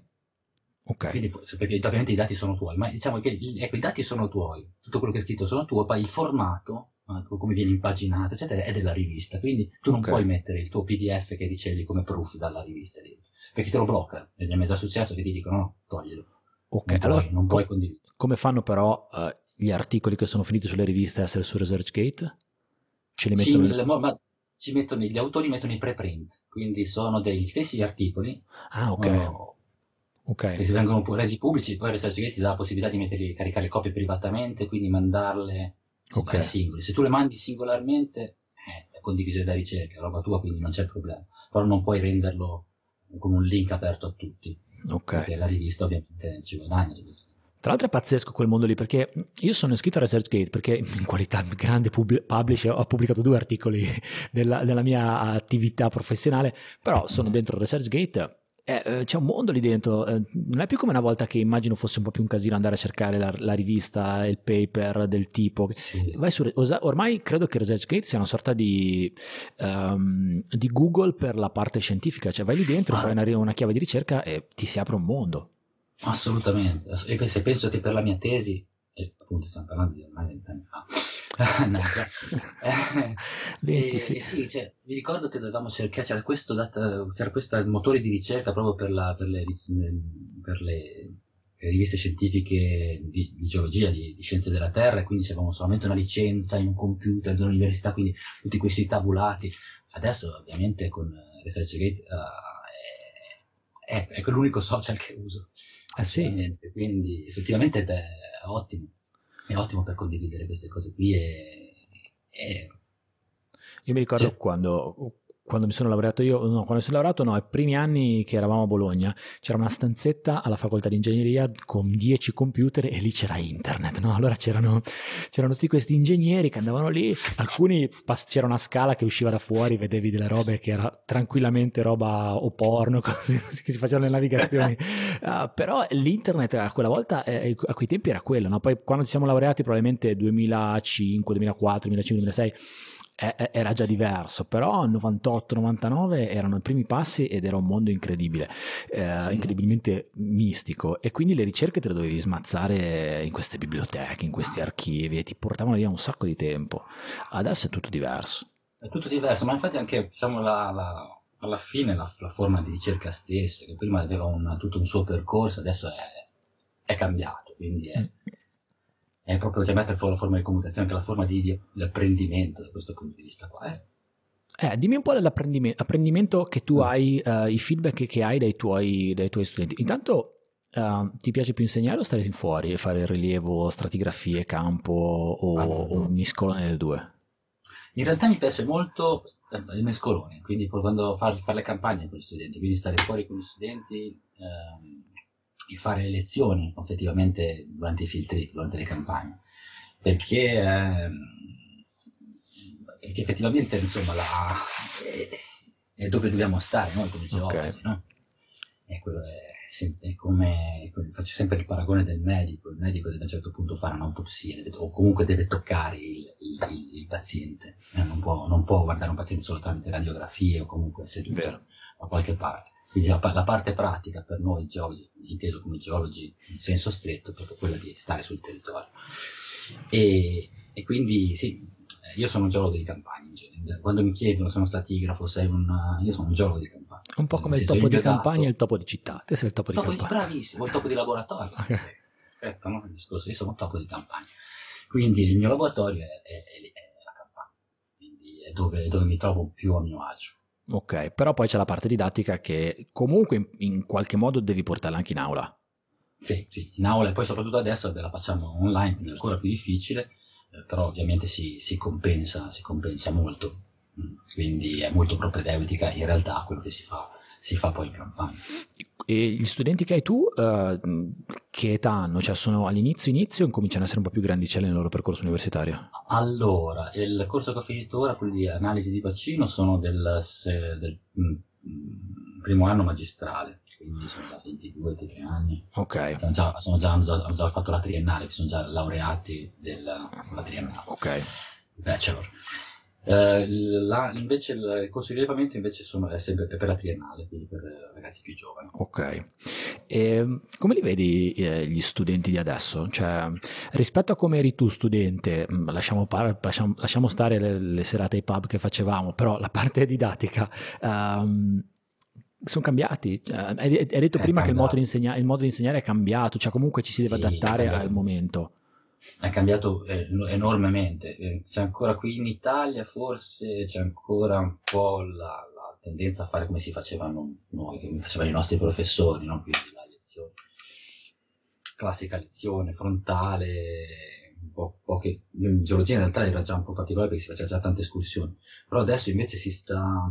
Ok. Quindi, perché ovviamente i dati sono tuoi, ma diciamo che ecco, i dati sono tuoi, tutto quello che è scritto sono tuo, poi il formato, come viene impaginato, eccetera, è della rivista. Quindi tu non okay. puoi mettere il tuo P D F che ricevi come proof dalla rivista, perché te lo blocca. E mi è già successo che ti dicono no, toglilo. Ok, non allora puoi, non com- puoi condividere. Come fanno però uh, gli articoli che sono finiti sulle riviste a essere su ResearchGate? Ce li Ci, mettono... le, ma ci mettono, gli autori mettono i preprint, quindi sono degli stessi articoli. Ah, ok. Oh, Okay. Che si vengono resi pubblici, poi ResearchGate ti dà la possibilità di metterli, caricare le copie privatamente, quindi mandarle okay. singoli. Se tu le mandi singolarmente, eh, è condivisore da ricerca, è roba tua, quindi non c'è problema. Però non puoi renderlo come un link aperto a tutti, okay. perché la rivista ovviamente ci guadagna. Tra l'altro è pazzesco quel mondo lì, perché io sono iscritto a ResearchGate perché in qualità di grande pub- publisher ho pubblicato due articoli della, della mia attività professionale, però sono dentro ResearchGate. Eh, c'è un mondo lì dentro, eh, non è più come una volta che immagino fosse un po' più un casino andare a cercare la, la rivista, il paper del tipo. Sì. Vai su, ormai credo che ResearchGate sia una sorta di, um, di Google per la parte scientifica, cioè vai lì dentro, ah. fai una, una chiave di ricerca e ti si apre un mondo. Assolutamente, e se penso che per la mia tesi, e appunto stiamo parlando di ormai vent'anni fa, no, eh, venti, e, sì. e sì, cioè, mi ricordo che dovevamo cercare, c'era questo, data, c'era questo motore di ricerca proprio per, la, per, le, per le, le riviste scientifiche di, di geologia, di, di scienze della Terra, e quindi avevamo solamente una licenza in un computer dell'università, quindi tutti questi tabulati. Adesso ovviamente con ResearchGate uh, è, è, è l'unico social che uso. Ah, sì. Quindi effettivamente è ottimo, è ottimo per condividere queste cose qui. E, e... Io mi ricordo C'è... quando, quando mi sono laureato io, no, quando sono laureato no, ai primi anni che eravamo a Bologna, c'era una stanzetta alla facoltà di ingegneria con dieci computer e lì c'era internet, no? Allora c'erano, c'erano tutti questi ingegneri che andavano lì, alcuni pass- c'era una scala che usciva da fuori, vedevi delle robe che era tranquillamente roba o porno, così, così che si facevano le navigazioni, uh, però l'internet a quella volta, eh, a quei tempi era quello, no? Poi quando ci siamo laureati probabilmente duemilacinque, duemilaquattro, duemilacinque, duemilasei, era già diverso, però novantotto novantanove erano i primi passi ed era un mondo incredibile, eh, sì. incredibilmente mistico, e quindi le ricerche te le dovevi smazzare in queste biblioteche, in questi archivi, e ti portavano via un sacco di tempo. Adesso è tutto diverso. È tutto diverso, ma infatti anche diciamo, la, la, alla fine la, la forma di ricerca stessa, che prima aveva un, tutto un suo percorso, adesso è, è cambiato, quindi è... Mm. È proprio chiamata la forma di comunicazione, anche la forma di, di, di apprendimento da questo punto di vista qua. Eh, eh dimmi un po' dell'apprendimento che tu mm. hai, uh, i feedback che, che hai dai tuoi, dai tuoi studenti. Intanto uh, ti piace più insegnare o stare fuori e fare rilievo, stratigrafie, campo o, allora, o un miscolone delle due? In realtà mi piace molto il mescolone, quindi quando fare far le campagne con gli studenti, quindi stare fuori con gli studenti, ehm, e fare le lezioni effettivamente durante i filtri, durante le campagne, perché, ehm, perché effettivamente insomma la, è, è dove dobbiamo stare noi come geologi, okay. no? È, quello, è, è come faccio sempre il paragone del medico, il medico deve a un certo punto fare un'autopsia deve, o comunque deve toccare il, il, il, il paziente, eh, non, può, non può guardare un paziente solo tramite radiografie o comunque seduto da qualche parte. Quindi la, la parte pratica per noi geologi, inteso come geologi in senso stretto, è proprio quella di stare sul territorio. E, e quindi sì, io sono un geologo di campagna in genere. Quando mi chiedono se sono stratigrafo, sei un... io sono un geologo di campagna. Un po' come il topo di campagna e il topo di città. Te sei il topo di topo campagna. Di, bravissimo, il topo di laboratorio. Perfetto, no? Il discorso, io sono un topo di campagna. Quindi il mio laboratorio è, è, è, è la campagna, quindi è dove, dove mi trovo più a mio agio. Ok, però poi c'è la parte didattica che comunque in, in qualche modo devi portarla anche in aula. Sì, sì, in aula, e poi soprattutto adesso la facciamo online, quindi è ancora più difficile, eh, però ovviamente si, si compensa, si compensa molto, quindi è molto propedeutica in realtà quello che si fa, si fa poi in campagna. E gli studenti che hai tu, uh, che età hanno? Cioè sono all'inizio inizio o cominciano a essere un po' più grandicelli nel loro percorso universitario? Allora, il corso che ho finito ora, quello di analisi di bacino, sono del, del mm, primo anno magistrale, quindi sono da ventidue ventitré anni. Ok. Sono già, sono già, hanno, già, hanno già fatto la triennale, sono già laureati della triennale. Ok. Bachelor. Eh, la, invece il corso di rilevamento invece sono, è sempre per la triennale, quindi per ragazzi più giovani. Ok. E come li vedi eh, gli studenti di adesso? Cioè, rispetto a come eri tu studente, lasciamo, par- lasciamo, lasciamo stare le, le serate ai pub che facevamo, però la parte didattica um, sono cambiati. Cioè, hai, hai detto è prima cambiato. Che il modo, di insegna- il modo di insegnare è cambiato, cioè comunque ci si deve sì, adattare al momento. È cambiato eh, enormemente, c'è ancora qui in Italia forse c'è ancora un po' la, la tendenza a fare come si facevano noi, come facevano i nostri professori, no? Quindi la lezione, classica lezione frontale, un po', po' che in geologia in realtà era già un po' particolare perché si faceva già tante escursioni, però adesso invece si sta,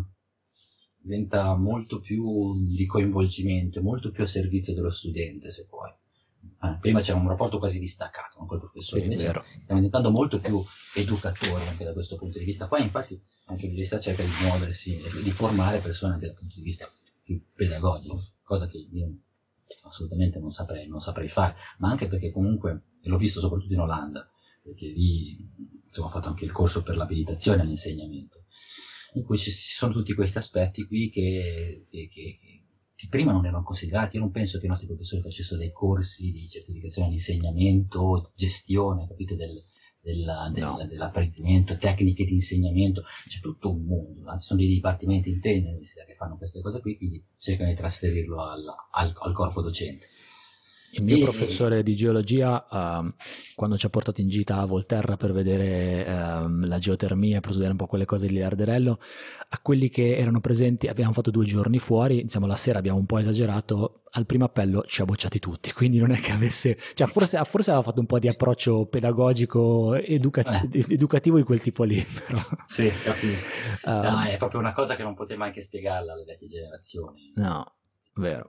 diventa molto più di coinvolgimento, molto più a servizio dello studente se vuoi. Eh, prima c'era un rapporto quasi distaccato con quel professore, sì, invece stiamo diventando molto più educatori anche da questo punto di vista. Qua infatti anche l'università cerca di muoversi e di formare persone anche dal punto di vista più pedagogico, cosa che io assolutamente non saprei, non saprei fare, ma anche perché comunque, e l'ho visto soprattutto in Olanda, perché lì insomma, ho fatto anche il corso per l'abilitazione all'insegnamento, in cui ci sono tutti questi aspetti qui che, che, che, che prima non erano considerati. Io non penso che i nostri professori facessero dei corsi di certificazione all'insegnamento, gestione, capite, del, del, del, no. dell'apprendimento, tecniche di insegnamento, c'è tutto un mondo, anzi sono dei dipartimenti interi nell'università che fanno queste cose qui, quindi cercano di trasferirlo al, al, al corpo docente. Il mio e... professore di geologia, uh, quando ci ha portato in gita a Volterra per vedere uh, la geotermia, per studiare un po' quelle cose di Arderello, a quelli che erano presenti, abbiamo fatto due giorni fuori, diciamo la sera abbiamo un po' esagerato, al primo appello ci ha bocciati tutti, quindi non è che avesse, cioè forse, forse aveva fatto un po' di approccio pedagogico, educa- eh. educativo di quel tipo lì. Però. Sì, capisco. Uh, no, è proprio una cosa che non poteva anche spiegarla alle vecchie generazioni. No, vero.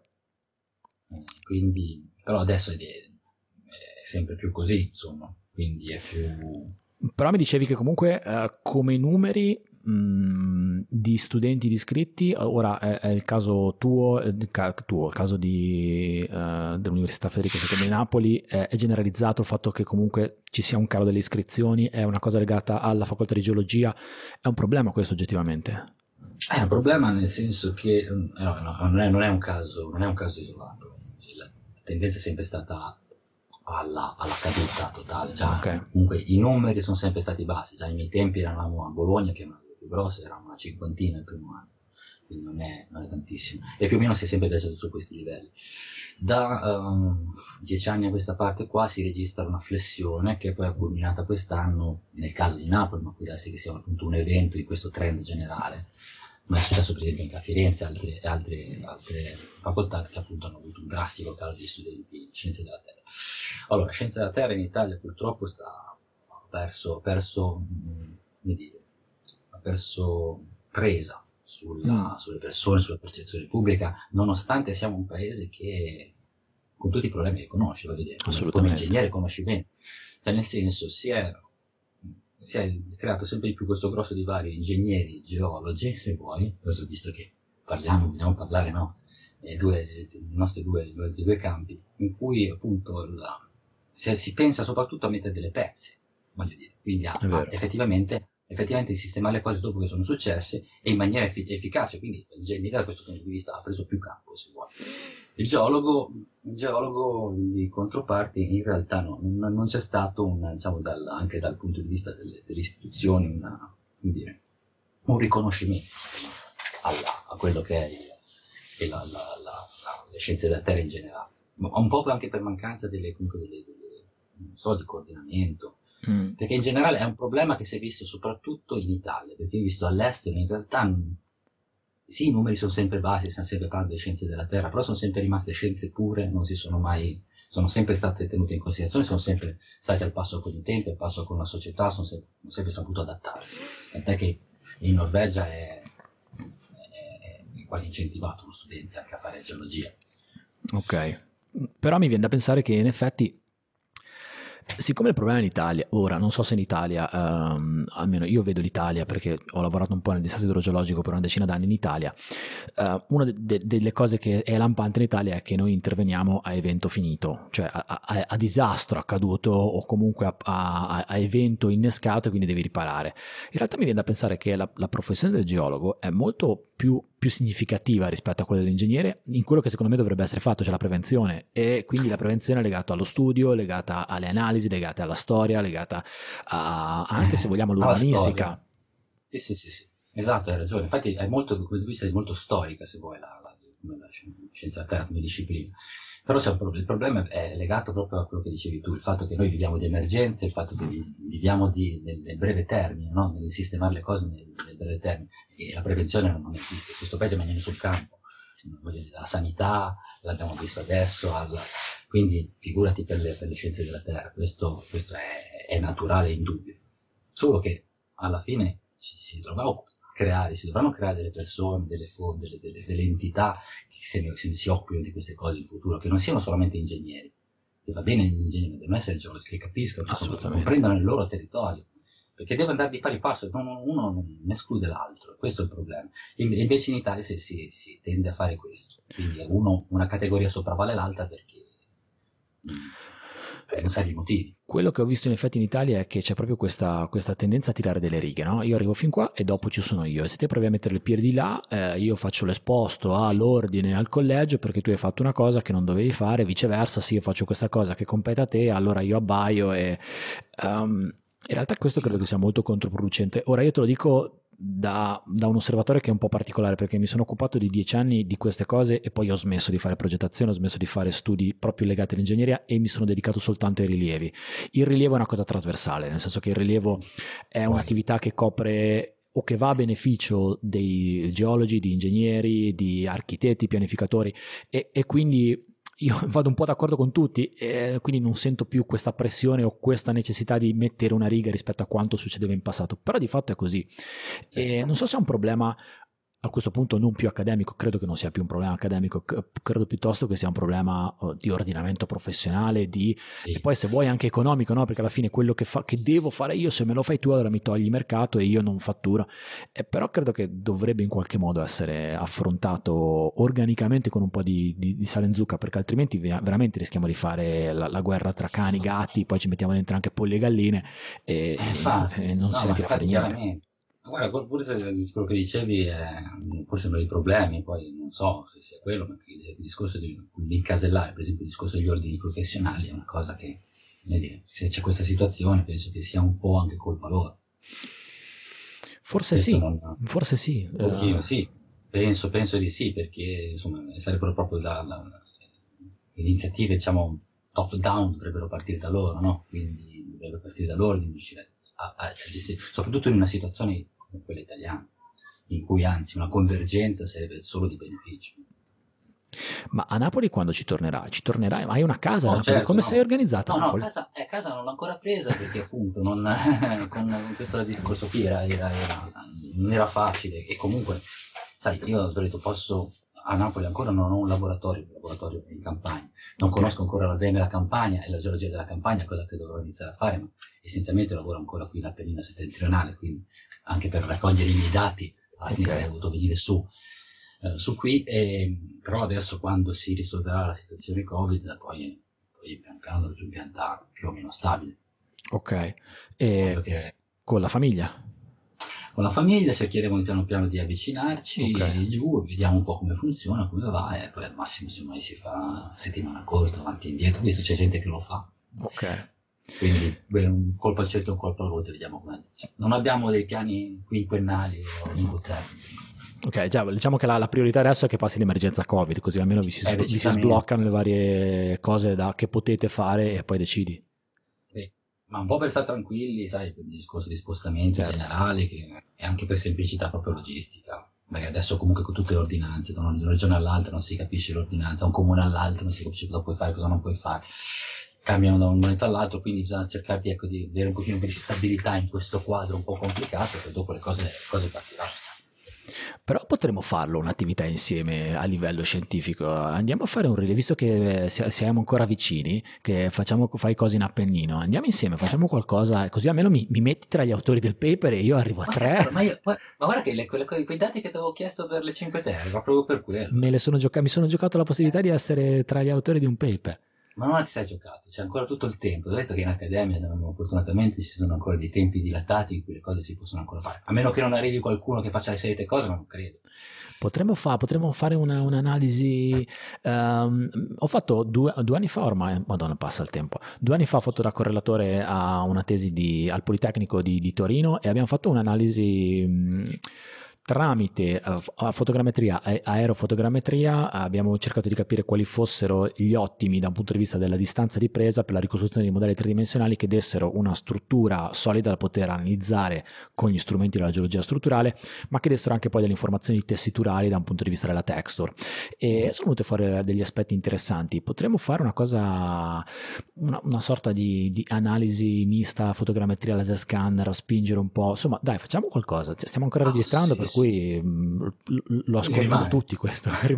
Quindi, però adesso è, è sempre più così, insomma, quindi è più... Però mi dicevi che comunque uh, come numeri mh, di studenti di iscritti, ora è, è il caso tuo, il, ca, tuo, il caso di, uh, dell'Università Federico secondo di Napoli, è, è generalizzato il fatto che comunque ci sia un calo delle iscrizioni, è una cosa legata alla facoltà di geologia, è un problema questo oggettivamente? È un problema nel senso che no, no, non, è, non, è un caso, non è un caso isolato, la tendenza è sempre stata alla, alla caduta totale, già okay. Comunque i numeri sono sempre stati bassi, già ai miei tempi eravamo a Bologna, che è una delle più grosse, eravamo una cinquantina il primo anno, quindi non è, non è tantissimo, e più o meno si è sempre viaggiato su questi livelli. Da um, dieci anni a questa parte qua si registra una flessione che poi è culminata quest'anno nel caso di Napoli, ma può darsi che sia appunto un evento di questo trend generale, ma è successo per esempio anche a Firenze e altre, altre, altre facoltà che appunto hanno avuto un drastico calo di studenti in scienze della terra. Allora, scienze della terra in Italia purtroppo sta ha perso, perso, come dire, ha perso presa sulla, mm. sulle persone, sulla percezione pubblica, nonostante siamo un paese che con tutti i problemi li conosce, voglio dire, come, come ingegnere conosci bene, cioè, nel senso si è si è creato sempre di più questo grosso divario ingegneri, geologi, se vuoi, visto che parliamo, vogliamo parlare, no? I, due, i nostri due, i due campi, in cui appunto la, si, si pensa soprattutto a mettere delle pezze, voglio dire, quindi a, a effettivamente, effettivamente sistemare le cose dopo che sono successe e in maniera effi- efficace, quindi l'ingegneria da questo punto di vista ha preso più campo, se vuoi. Il geologo, il geologo di controparte in realtà no, non, non c'è stato un, diciamo, dal, anche dal punto di vista delle, delle istituzioni una, come dire, un riconoscimento alla, a quello che è, il, è la, la, la, la, le scienze della terra in generale, ma un po' anche per mancanza delle, comunque delle, delle, non so, di coordinamento, mm. perché in generale è un problema che si è visto soprattutto in Italia, perché ho visto all'estero in realtà sì, i numeri sono sempre bassi, stiamo sempre parlando delle scienze della terra, però sono sempre rimaste scienze pure, non si sono mai, sono sempre state tenute in considerazione, sono sempre state al passo con i tempi, al passo con la società, sono sempre, sono sempre saputo adattarsi. Tant'è che in Norvegia è, è, è quasi incentivato uno studente anche a fare geologia. Ok, però mi viene da pensare che in effetti, siccome il problema è in Italia, ora non so se in Italia, um, almeno io vedo l'Italia perché ho lavorato un po' nel disastro idrogeologico per una decina d'anni in Italia, uh, una de- de- delle cose che è lampante in Italia è che noi interveniamo a evento finito, cioè a, a, a disastro accaduto o comunque a, a, a evento innescato e quindi devi riparare. In realtà mi viene da pensare che la, la professione del geologo è molto più, più significativa rispetto a quella dell'ingegnere in quello che secondo me dovrebbe essere fatto, cioè la prevenzione, e quindi la prevenzione è legata allo studio, legata alle analisi, legate alla storia, legata a, anche se vogliamo all'urbanistica. Sì, sì, sì, sì, esatto, hai ragione. Infatti è molto, come tu dici, è molto storica, se vuoi, la, la, la scienza della terra come disciplina. Però c'è un problema. Il problema è legato proprio a quello che dicevi tu, il fatto che noi viviamo di emergenze, il fatto che viviamo di, nel, nel breve termine, no? Nel sistemare le cose nel, nel breve termine, e la prevenzione non esiste. In questo paese maniamo sul campo. La sanità l'abbiamo visto adesso, alla, quindi figurati per le, per le scienze della terra, questo, questo è, è naturale e indubbio, solo che alla fine ci, si dovranno creare, si dovranno creare delle persone, delle, delle, delle, delle entità che se, se si occupino di queste cose in futuro, che non siano solamente ingegneri, che va bene gli ingegneri, devono essere geologi che capiscono, che comprendano il loro territorio, perché deve andare di pari passo, uno non esclude l'altro, questo è il problema. E invece in Italia si, si, si tende a fare questo, quindi uno, una categoria sopravvale l'altra perché per non sai i motivi. Quello che ho visto in effetti in Italia è che c'è proprio questa, questa tendenza a tirare delle righe, no? Io arrivo fin qua e dopo ci sono io, e se te provi a mettere il piede di là, eh, io faccio l'esposto all'ordine, al collegio perché tu hai fatto una cosa che non dovevi fare, viceversa, sì, io faccio questa cosa che compete a te, allora io abbaio e... Um, in realtà questo credo che sia molto controproducente. Ora io te lo dico da, da un osservatore che è un po' particolare, perché mi sono occupato di dieci anni di queste cose e poi ho smesso di fare progettazione, ho smesso di fare studi proprio legati all'ingegneria e mi sono dedicato soltanto ai rilievi. Il rilievo è una cosa trasversale, nel senso che il rilievo è un'attività che copre o che va a beneficio dei geologi, di ingegneri, di architetti, pianificatori e, e quindi io vado un po' d'accordo con tutti e quindi non sento più questa pressione o questa necessità di mettere una riga rispetto a quanto succedeva in passato, però di fatto è così. E non so se è un problema a questo punto non più accademico, credo che non sia più un problema accademico, credo piuttosto che sia un problema di ordinamento professionale, di, sì. E poi se vuoi anche economico, no? Perché alla fine quello che, fa, che devo fare io, se me lo fai tu allora mi togli il mercato e io non fatturo, eh, però credo che dovrebbe in qualche modo essere affrontato organicamente con un po' di, di, di sale in zucca, perché altrimenti veramente rischiamo di fare la, la guerra tra cani, gatti, poi ci mettiamo dentro anche polli e galline e, eh, infatti, e non no, si ritira fuori niente. Guarda, forse quello che dicevi è forse uno dei problemi, poi non so se sia quello, ma il discorso di, di incasellare, per esempio il discorso degli ordini professionali è una cosa che, dire, se c'è questa situazione penso che sia un po' anche colpa loro. Forse sì, non, forse sì. Un pochino, uh... sì, penso, penso di sì, perché insomma sarebbero proprio da, da, le iniziative, diciamo, top down dovrebbero partire da loro, no? Quindi dovrebbe partire da loro di riuscire a, a gestire, soprattutto in una situazione come quella italiana, in cui anzi una convergenza sarebbe solo di beneficio. Ma a Napoli quando ci tornerai? Ci tornerai? Hai una casa a no, Napoli? Certo, Come no. sei organizzata no, a Napoli? No, casa, eh, casa non l'ho ancora presa perché appunto non, con questo discorso qui era, era, era, non era facile e comunque, sai, io ho detto posso, a Napoli ancora non ho un laboratorio, un laboratorio in campagna, non okay. conosco ancora bene la campagna e la geologia della campagna, cosa che dovrò iniziare a fare, ma essenzialmente lavoro ancora qui in Appennino settentrionale, quindi anche per raccogliere i miei dati, alla fine okay. sarei dovuto venire su, eh, su qui, e, però adesso quando si risolverà la situazione Covid, poi, poi pian piano giù piantare più o meno stabile. Ok, e che... con la famiglia? Con la famiglia cercheremo piano piano di avvicinarci okay. giù, vediamo un po' come funziona, come va, e poi al massimo insomma si fa settimana corta, avanti e indietro, visto c'è gente che lo fa. Ok. Quindi beh, un colpo al cerchio, un colpo alla volta, vediamo come. Non abbiamo dei piani quinquennali o lungo termine. Ok, già, diciamo che la, la priorità adesso è che passi l'emergenza Covid, così almeno vi si, eh, vi si sbloccano le varie cose da, che potete fare e poi decidi. Beh, ma un po' per stare tranquilli, sai, per il discorso di spostamenti certo. generali, che è anche per semplicità proprio logistica. Perché adesso comunque con tutte le ordinanze, da una regione all'altra non si capisce l'ordinanza, da un comune all'altro non si capisce cosa puoi fare, cosa non puoi fare. Cambiano da un momento all'altro, quindi bisogna cercare di, ecco, di avere un pochino più di stabilità in questo quadro un po' complicato, e dopo le cose, le cose partiranno. Però potremmo farlo un'attività insieme a livello scientifico, andiamo a fare un rilievo, visto che siamo ancora vicini, che facciamo, fai cose in Appennino, andiamo insieme, facciamo qualcosa, così almeno mi, mi metti tra gli autori del paper e io arrivo a ma tre. Cazzo, ma, io, ma, ma guarda che le, quelle, quei dati che ti avevo chiesto per le cinque Terre, ma proprio per quello. Me le sono gioca- mi sono giocato la possibilità di essere tra gli autori di un paper. Ma non ti sei giocato, c'è ancora tutto il tempo. Ho detto che in accademia fortunatamente ci sono ancora dei tempi dilatati in cui le cose si possono ancora fare, a meno che non arrivi qualcuno che faccia le solite cose, ma non credo. Potremmo, fa, potremmo fare una, un'analisi. Um, ho fatto due, due anni fa ormai, madonna passa il tempo, due anni fa ho fatto da correlatore a una tesi di, al Politecnico di, di Torino e abbiamo fatto un'analisi mh, tramite uh, fotogrammetria e aerofotogrammetria. Abbiamo cercato di capire quali fossero gli ottimi da un punto di vista della distanza di presa per la ricostruzione di modelli tridimensionali che dessero una struttura solida da poter analizzare con gli strumenti della geologia strutturale, ma che dessero anche poi delle informazioni tessiturali da un punto di vista della texture, e sono venute fuori degli aspetti interessanti. Potremmo fare una cosa, una, una sorta di, di analisi mista, fotogrammetria, laser scanner, spingere un po', insomma dai, facciamo qualcosa, cioè, stiamo ancora oh, registrando sì, per sì. cui mh, lo ascoltano tutti questo. No,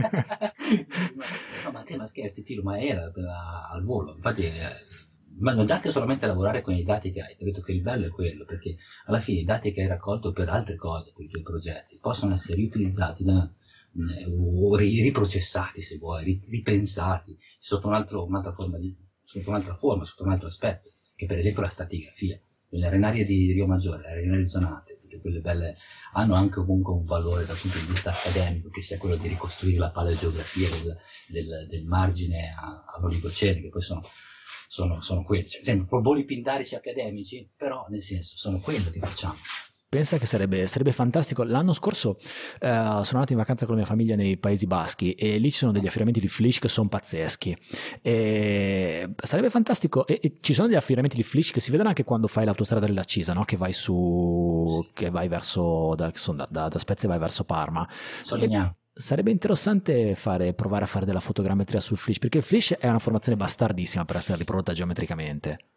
ma te ma scherzi Tilo, ma era al volo, infatti eh, ma non già che solamente lavorare con i dati che hai, ti ho detto che il bello è quello, perché alla fine i dati che hai raccolto per altre cose, per i tuoi progetti, possono essere riutilizzati da, o riprocessati se vuoi, ripensati sotto un altro, un'altra forma di, sotto un'altra forma, sotto un altro aspetto, che per esempio la stratigrafia. Le arenarie di Rio Maggiore, le arenarie zonate, perché quelle belle hanno anche comunque un valore dal punto di vista accademico, che sia quello di ricostruire la paleogeografia del, del, del margine all'Oligocene, che poi sono, sono, sono quelli, cioè, sempre voli pindarici accademici, però nel senso sono quello che facciamo. Pensa che sarebbe, sarebbe fantastico. L'anno scorso eh, sono andato in vacanza con la mia famiglia nei Paesi Baschi e lì ci sono degli affidamenti di Flish che sono pazzeschi. E sarebbe fantastico. E, e ci sono degli affidamenti di Flish che si vedono anche quando fai l'autostrada della Cisa, no? Che vai su, che vai verso, da, da, da, da Spezia vai verso Parma. Solignano. Sarebbe interessante fare, provare a fare della fotogrammetria sul Flish, perché il Flish è una formazione bastardissima per essere riprodotta geometricamente.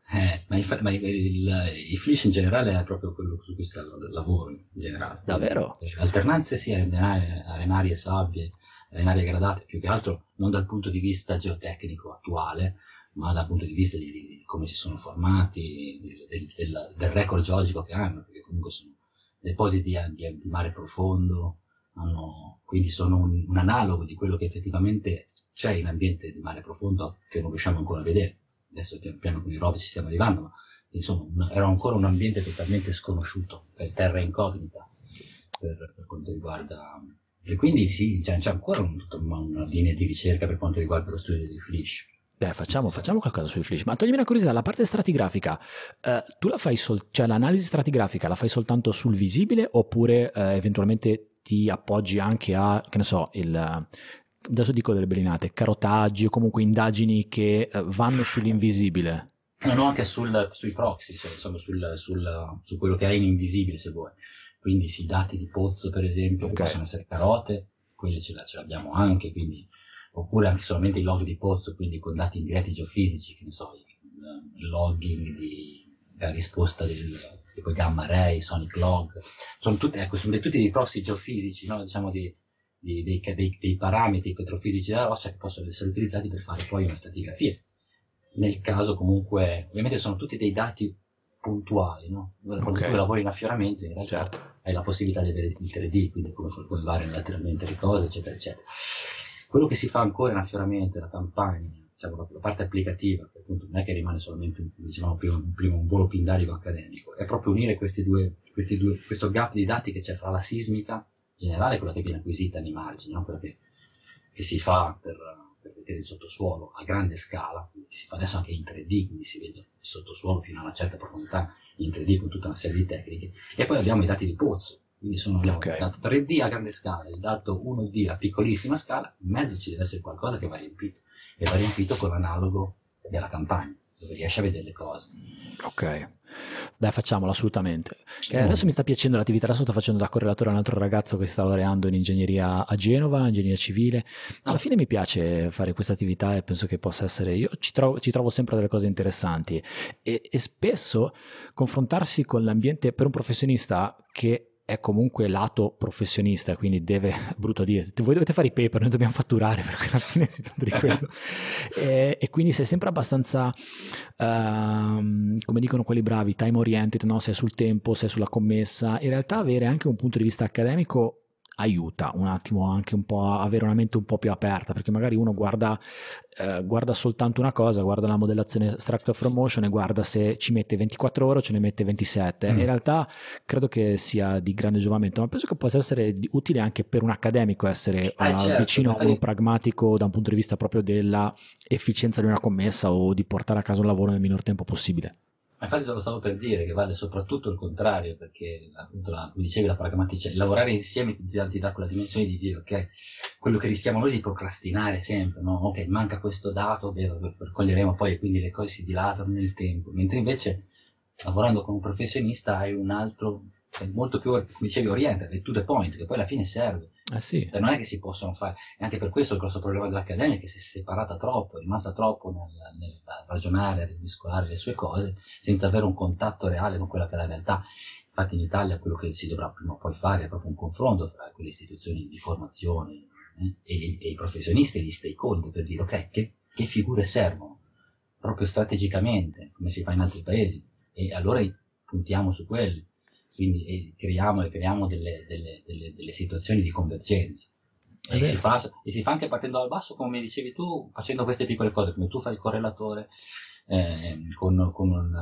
Eh, ma, il, ma il, il, il Flish in generale è proprio quello su cui sta il lavoro in generale. Davvero? Le alternanze sia sì, arenarie, arenarie sabbie, arenarie gradate, più che altro non dal punto di vista geotecnico attuale, ma dal punto di vista di, di, di come si sono formati, del, del, del record geologico che hanno, perché comunque sono depositi di, di mare profondo, hanno, quindi sono un, un analogo di quello che effettivamente c'è in ambiente di mare profondo che non riusciamo ancora a vedere. Adesso piano piano con i rovi ci stiamo arrivando, ma insomma era ancora un ambiente totalmente sconosciuto, per terra incognita per, per quanto riguarda, e quindi sì, c'è, c'è ancora un, una linea di ricerca per quanto riguarda lo studio dei Flish. Beh, facciamo, facciamo qualcosa sui Flish, ma toglimi una curiosità, la parte stratigrafica, eh, tu la fai sol- cioè l'analisi stratigrafica la fai soltanto sul visibile oppure eh, eventualmente ti appoggi anche a, che ne so, il... adesso dico delle bellinate, carotaggi o comunque indagini che eh, vanno sull'invisibile? No, no, anche sul, sui proxy, cioè, insomma, sul, sul, su quello che è in invisibile, se vuoi. Quindi sì, dati di pozzo, per esempio, okay, che possono essere carote, quelli ce, la, ce l'abbiamo anche, quindi, oppure anche solamente i log di pozzo, quindi con dati indiretti geofisici, che ne so, il, il logging di, della risposta del tipo gamma ray, sonic log, sono tutte, ecco, sono tutti dei proxy geofisici, no? Diciamo di Dei, dei, dei, dei parametri petrofisici della roccia che possono essere utilizzati per fare poi una stratigrafia. Nel caso comunque, ovviamente sono tutti dei dati puntuali, no? Quando okay, tu lavori in affioramento in realtà certo, hai la possibilità di avere il tre D, quindi come formulare lateralmente le cose, eccetera, eccetera. Quello che si fa ancora in affioramento, la campagna, diciamo, la parte applicativa, che appunto non è che rimane solamente un, diciamo, un, primo, un volo pindarico accademico, è proprio unire questi due, questi due, questo gap di dati che c'è fra la sismica generale, quella che viene acquisita nei margini, no? Quella che, che si fa per, per vedere il sottosuolo a grande scala, quindi si fa adesso anche in tre D, quindi si vede il sottosuolo fino a una certa profondità in tre D con tutta una serie di tecniche, e poi abbiamo i dati di pozzo, quindi sono okay, il dato tre D a grande scala, il dato uno D a piccolissima scala, in mezzo ci deve essere qualcosa che va riempito, e va riempito con l'analogo della campagna, dove riesce a vedere le cose. Ok, dai, facciamolo assolutamente. Che adesso mi sta piacendo l'attività, adesso sto facendo da correlatore a un altro ragazzo che sta laureando in ingegneria a Genova, ingegneria civile. Alla fine mi piace fare questa attività e penso che possa essere, io ci trovo, ci trovo sempre delle cose interessanti e, e spesso confrontarsi con l'ambiente per un professionista che è comunque lato professionista, quindi deve, brutto dire, voi dovete fare i paper, noi dobbiamo fatturare, perché alla fine si tratta di quello. e, e quindi sei sempre abbastanza, uh, come dicono quelli bravi, time oriented, no? Sei sul tempo, sei sulla commessa. In realtà avere anche un punto di vista accademico aiuta un attimo anche un po' a avere una mente un po' più aperta, perché magari uno guarda, eh, guarda soltanto una cosa, guarda la modellazione structure from motion e guarda se ci mette ventiquattro ore o ce ne mette ventisette. Mm. In realtà credo che sia di grande giovamento, ma penso che possa essere utile anche per un accademico essere ah, uh, certo, vicino a uno pragmatico da un punto di vista proprio della efficienza di una commessa o di portare a casa un lavoro nel minor tempo possibile. Ma infatti te lo stavo per dire, che vale soprattutto il contrario, perché appunto, la, come dicevi, la pragmaticità, lavorare insieme ti dà, ti dà quella dimensione di dire, ok, quello che rischiamo noi di procrastinare sempre, no? Ok, manca questo dato, vero, lo raccoglieremo poi e quindi le cose si dilatano nel tempo, mentre invece lavorando con un professionista hai un altro, molto più, come dicevi, oriented, to the point, che poi alla fine serve. Eh sì. Cioè, non è che si possono fare, e anche per questo il grosso problema dell'accademia è che si è separata troppo, è rimasta troppo nel, nel ragionare, a rimescolare le sue cose, senza avere un contatto reale con quella che è la realtà. Infatti in Italia quello che si dovrà prima o poi fare è proprio un confronto tra quelle istituzioni di formazione eh, e, e i professionisti e gli stakeholder per dire ok, che, che figure servono, proprio strategicamente, come si fa in altri paesi, e allora puntiamo su quelli. Quindi e creiamo, e creiamo delle, delle, delle, delle situazioni di convergenza e si, fa, e si fa anche partendo dal basso, come dicevi tu, facendo queste piccole cose, come tu fai il correlatore eh, con, con un,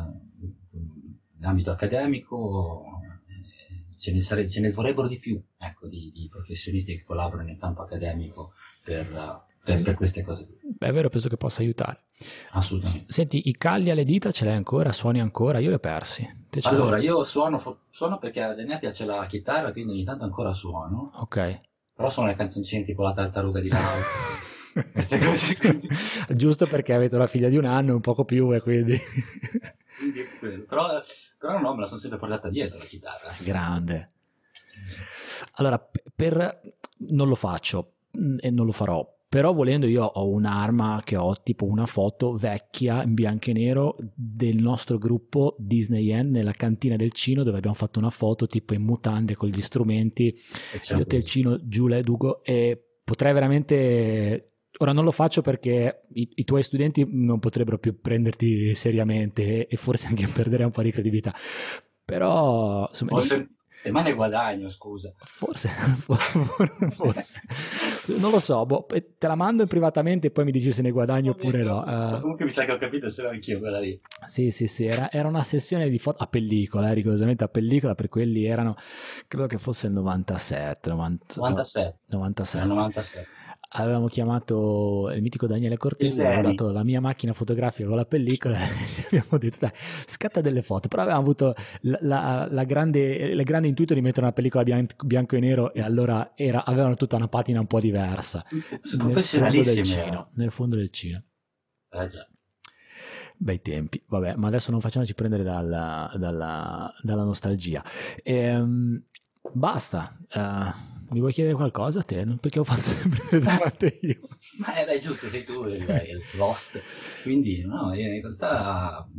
un ambito accademico, eh, ce, ne sare, ce ne vorrebbero di più, ecco, di, di professionisti che collaborano nel campo accademico per, per, sì, per queste cose. Beh, è vero, penso che possa aiutare. Assolutamente. Senti, i calli alle dita ce l'hai ancora? Suoni ancora? Io li ho persi. Te ce allora, l'hai? io suono, suono perché a me piace la chitarra, quindi ogni tanto ancora suono. Ok. Però sono le canzoncine tipo La tartaruga di Lauro, queste cose qui. Giusto perché avete una figlia di un anno, un poco più, e quindi... quindi è quello. Però, però no, me la sono sempre portata dietro la chitarra. Grande. Allora, per... non lo faccio e non lo farò, però volendo io ho un'arma che ho tipo una foto vecchia in bianco e nero del nostro gruppo Disneyland nella cantina del Cino, dove abbiamo fatto una foto tipo in mutande con gli strumenti, io te il Cino, Giulia ed Ugo, e potrei veramente, ora non lo faccio perché i, i tuoi studenti non potrebbero più prenderti seriamente e, e forse anche perdere un po' di credibilità, però insomma, forse, se mai ne guadagno, scusa. Forse, forse. Non lo so, boh, te la mando privatamente e poi mi dici se ne guadagno oppure no. Uh, comunque mi sa che ho capito, se no anch'io quella lì. Sì, sì, sì, era, era una sessione di foto a pellicola, eh, rigorosamente a pellicola, per quelli erano, credo che fosse il novantasette, novanta, novantasette. novantasette. novantasette. Avevamo chiamato il mitico Daniele Cortese, avevamo dato la mia macchina fotografica con la pellicola e gli abbiamo detto dai, scatta delle foto, però avevamo avuto la, la, la grande, il grande intuito di mettere una pellicola bianco, bianco e nero e allora era, avevano tutta una patina un po' diversa nel fondo del Cino, nel fondo del Cino. Eh già. Bei tempi, vabbè, ma adesso non facciamoci prendere dalla, dalla, dalla nostalgia. Ehm, basta. Uh, mi vuoi chiedere qualcosa a te? Perché ho fatto sempre le domande io. Ma era eh, giusto, sei tu il, il host. Quindi, no, in realtà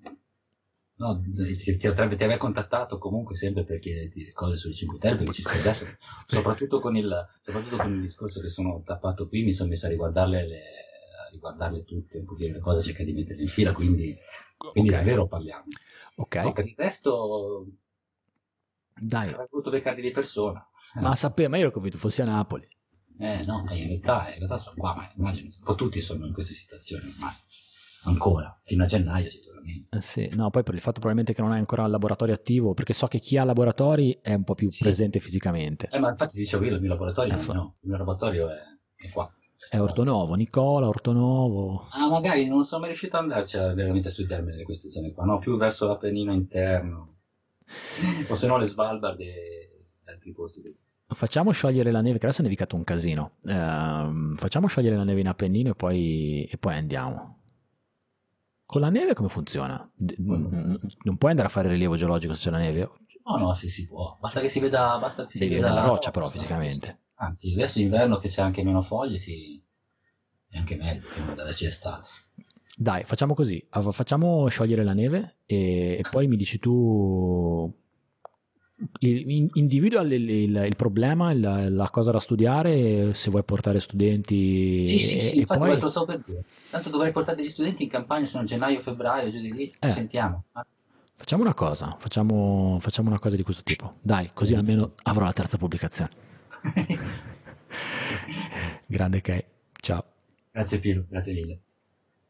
no, ti, ti avrebbe ti aver contattato comunque sempre per chiederti cose sulle Cinque Terre, perché ci sono adesso, soprattutto con il soprattutto con il discorso che sono tappato qui, mi sono messo a riguardarle le, a riguardarle tutte, un pochino le cose, cerca di metterle in fila, quindi, quindi okay. Davvero parliamo. Ok. No, per il resto dai, avrei voluto beccarti di persona. Ma sapevo, ma io ho capito fossi a Napoli. Eh no, in realtà, in realtà sono qua, ma immagino, un po' tutti sono in queste situazioni ormai, ancora, fino a gennaio sicuramente. Eh sì, no, poi per il fatto probabilmente che non hai ancora il laboratorio attivo, perché so che chi ha laboratori è un po' più sì. presente fisicamente. Eh, ma infatti dicevo io, il mio laboratorio, fa... no, il mio laboratorio è, è qua. È Ortonovo, Nicola, Ortonovo. Ah, magari non sono mai riuscito ad andarci veramente sui termini di queste zone qua, no, più verso l'Appennino interno, o se no le Svalbard e altri posti. Facciamo sciogliere la neve, che adesso è nevicato un casino. Uh, facciamo sciogliere la neve in Appennino e poi, e poi andiamo. Con la neve come funziona? Mm. Non puoi andare a fare rilievo geologico se c'è la neve? No, no, sì, si può. Basta che si veda, basta che si Devi veda vedere la roccia, però, fisicamente. Anzi, adesso d'inverno che c'è anche meno foglie, sì, è anche meglio che da c'è estate. Dai, facciamo così. Facciamo sciogliere la neve e, e poi mi dici tu... individua il, il, il problema, il, la cosa da studiare, se vuoi portare studenti. Sì, sì, e, sì, e infatti poi... lo so per dire. Tanto dovrei portare degli studenti in campagna, sono gennaio, febbraio, giù di lì, eh. sentiamo. Eh. Facciamo una cosa, facciamo, facciamo una cosa di questo tipo. Dai, così almeno avrò la terza pubblicazione. Grande Kay, ciao. Grazie Piero, grazie mille.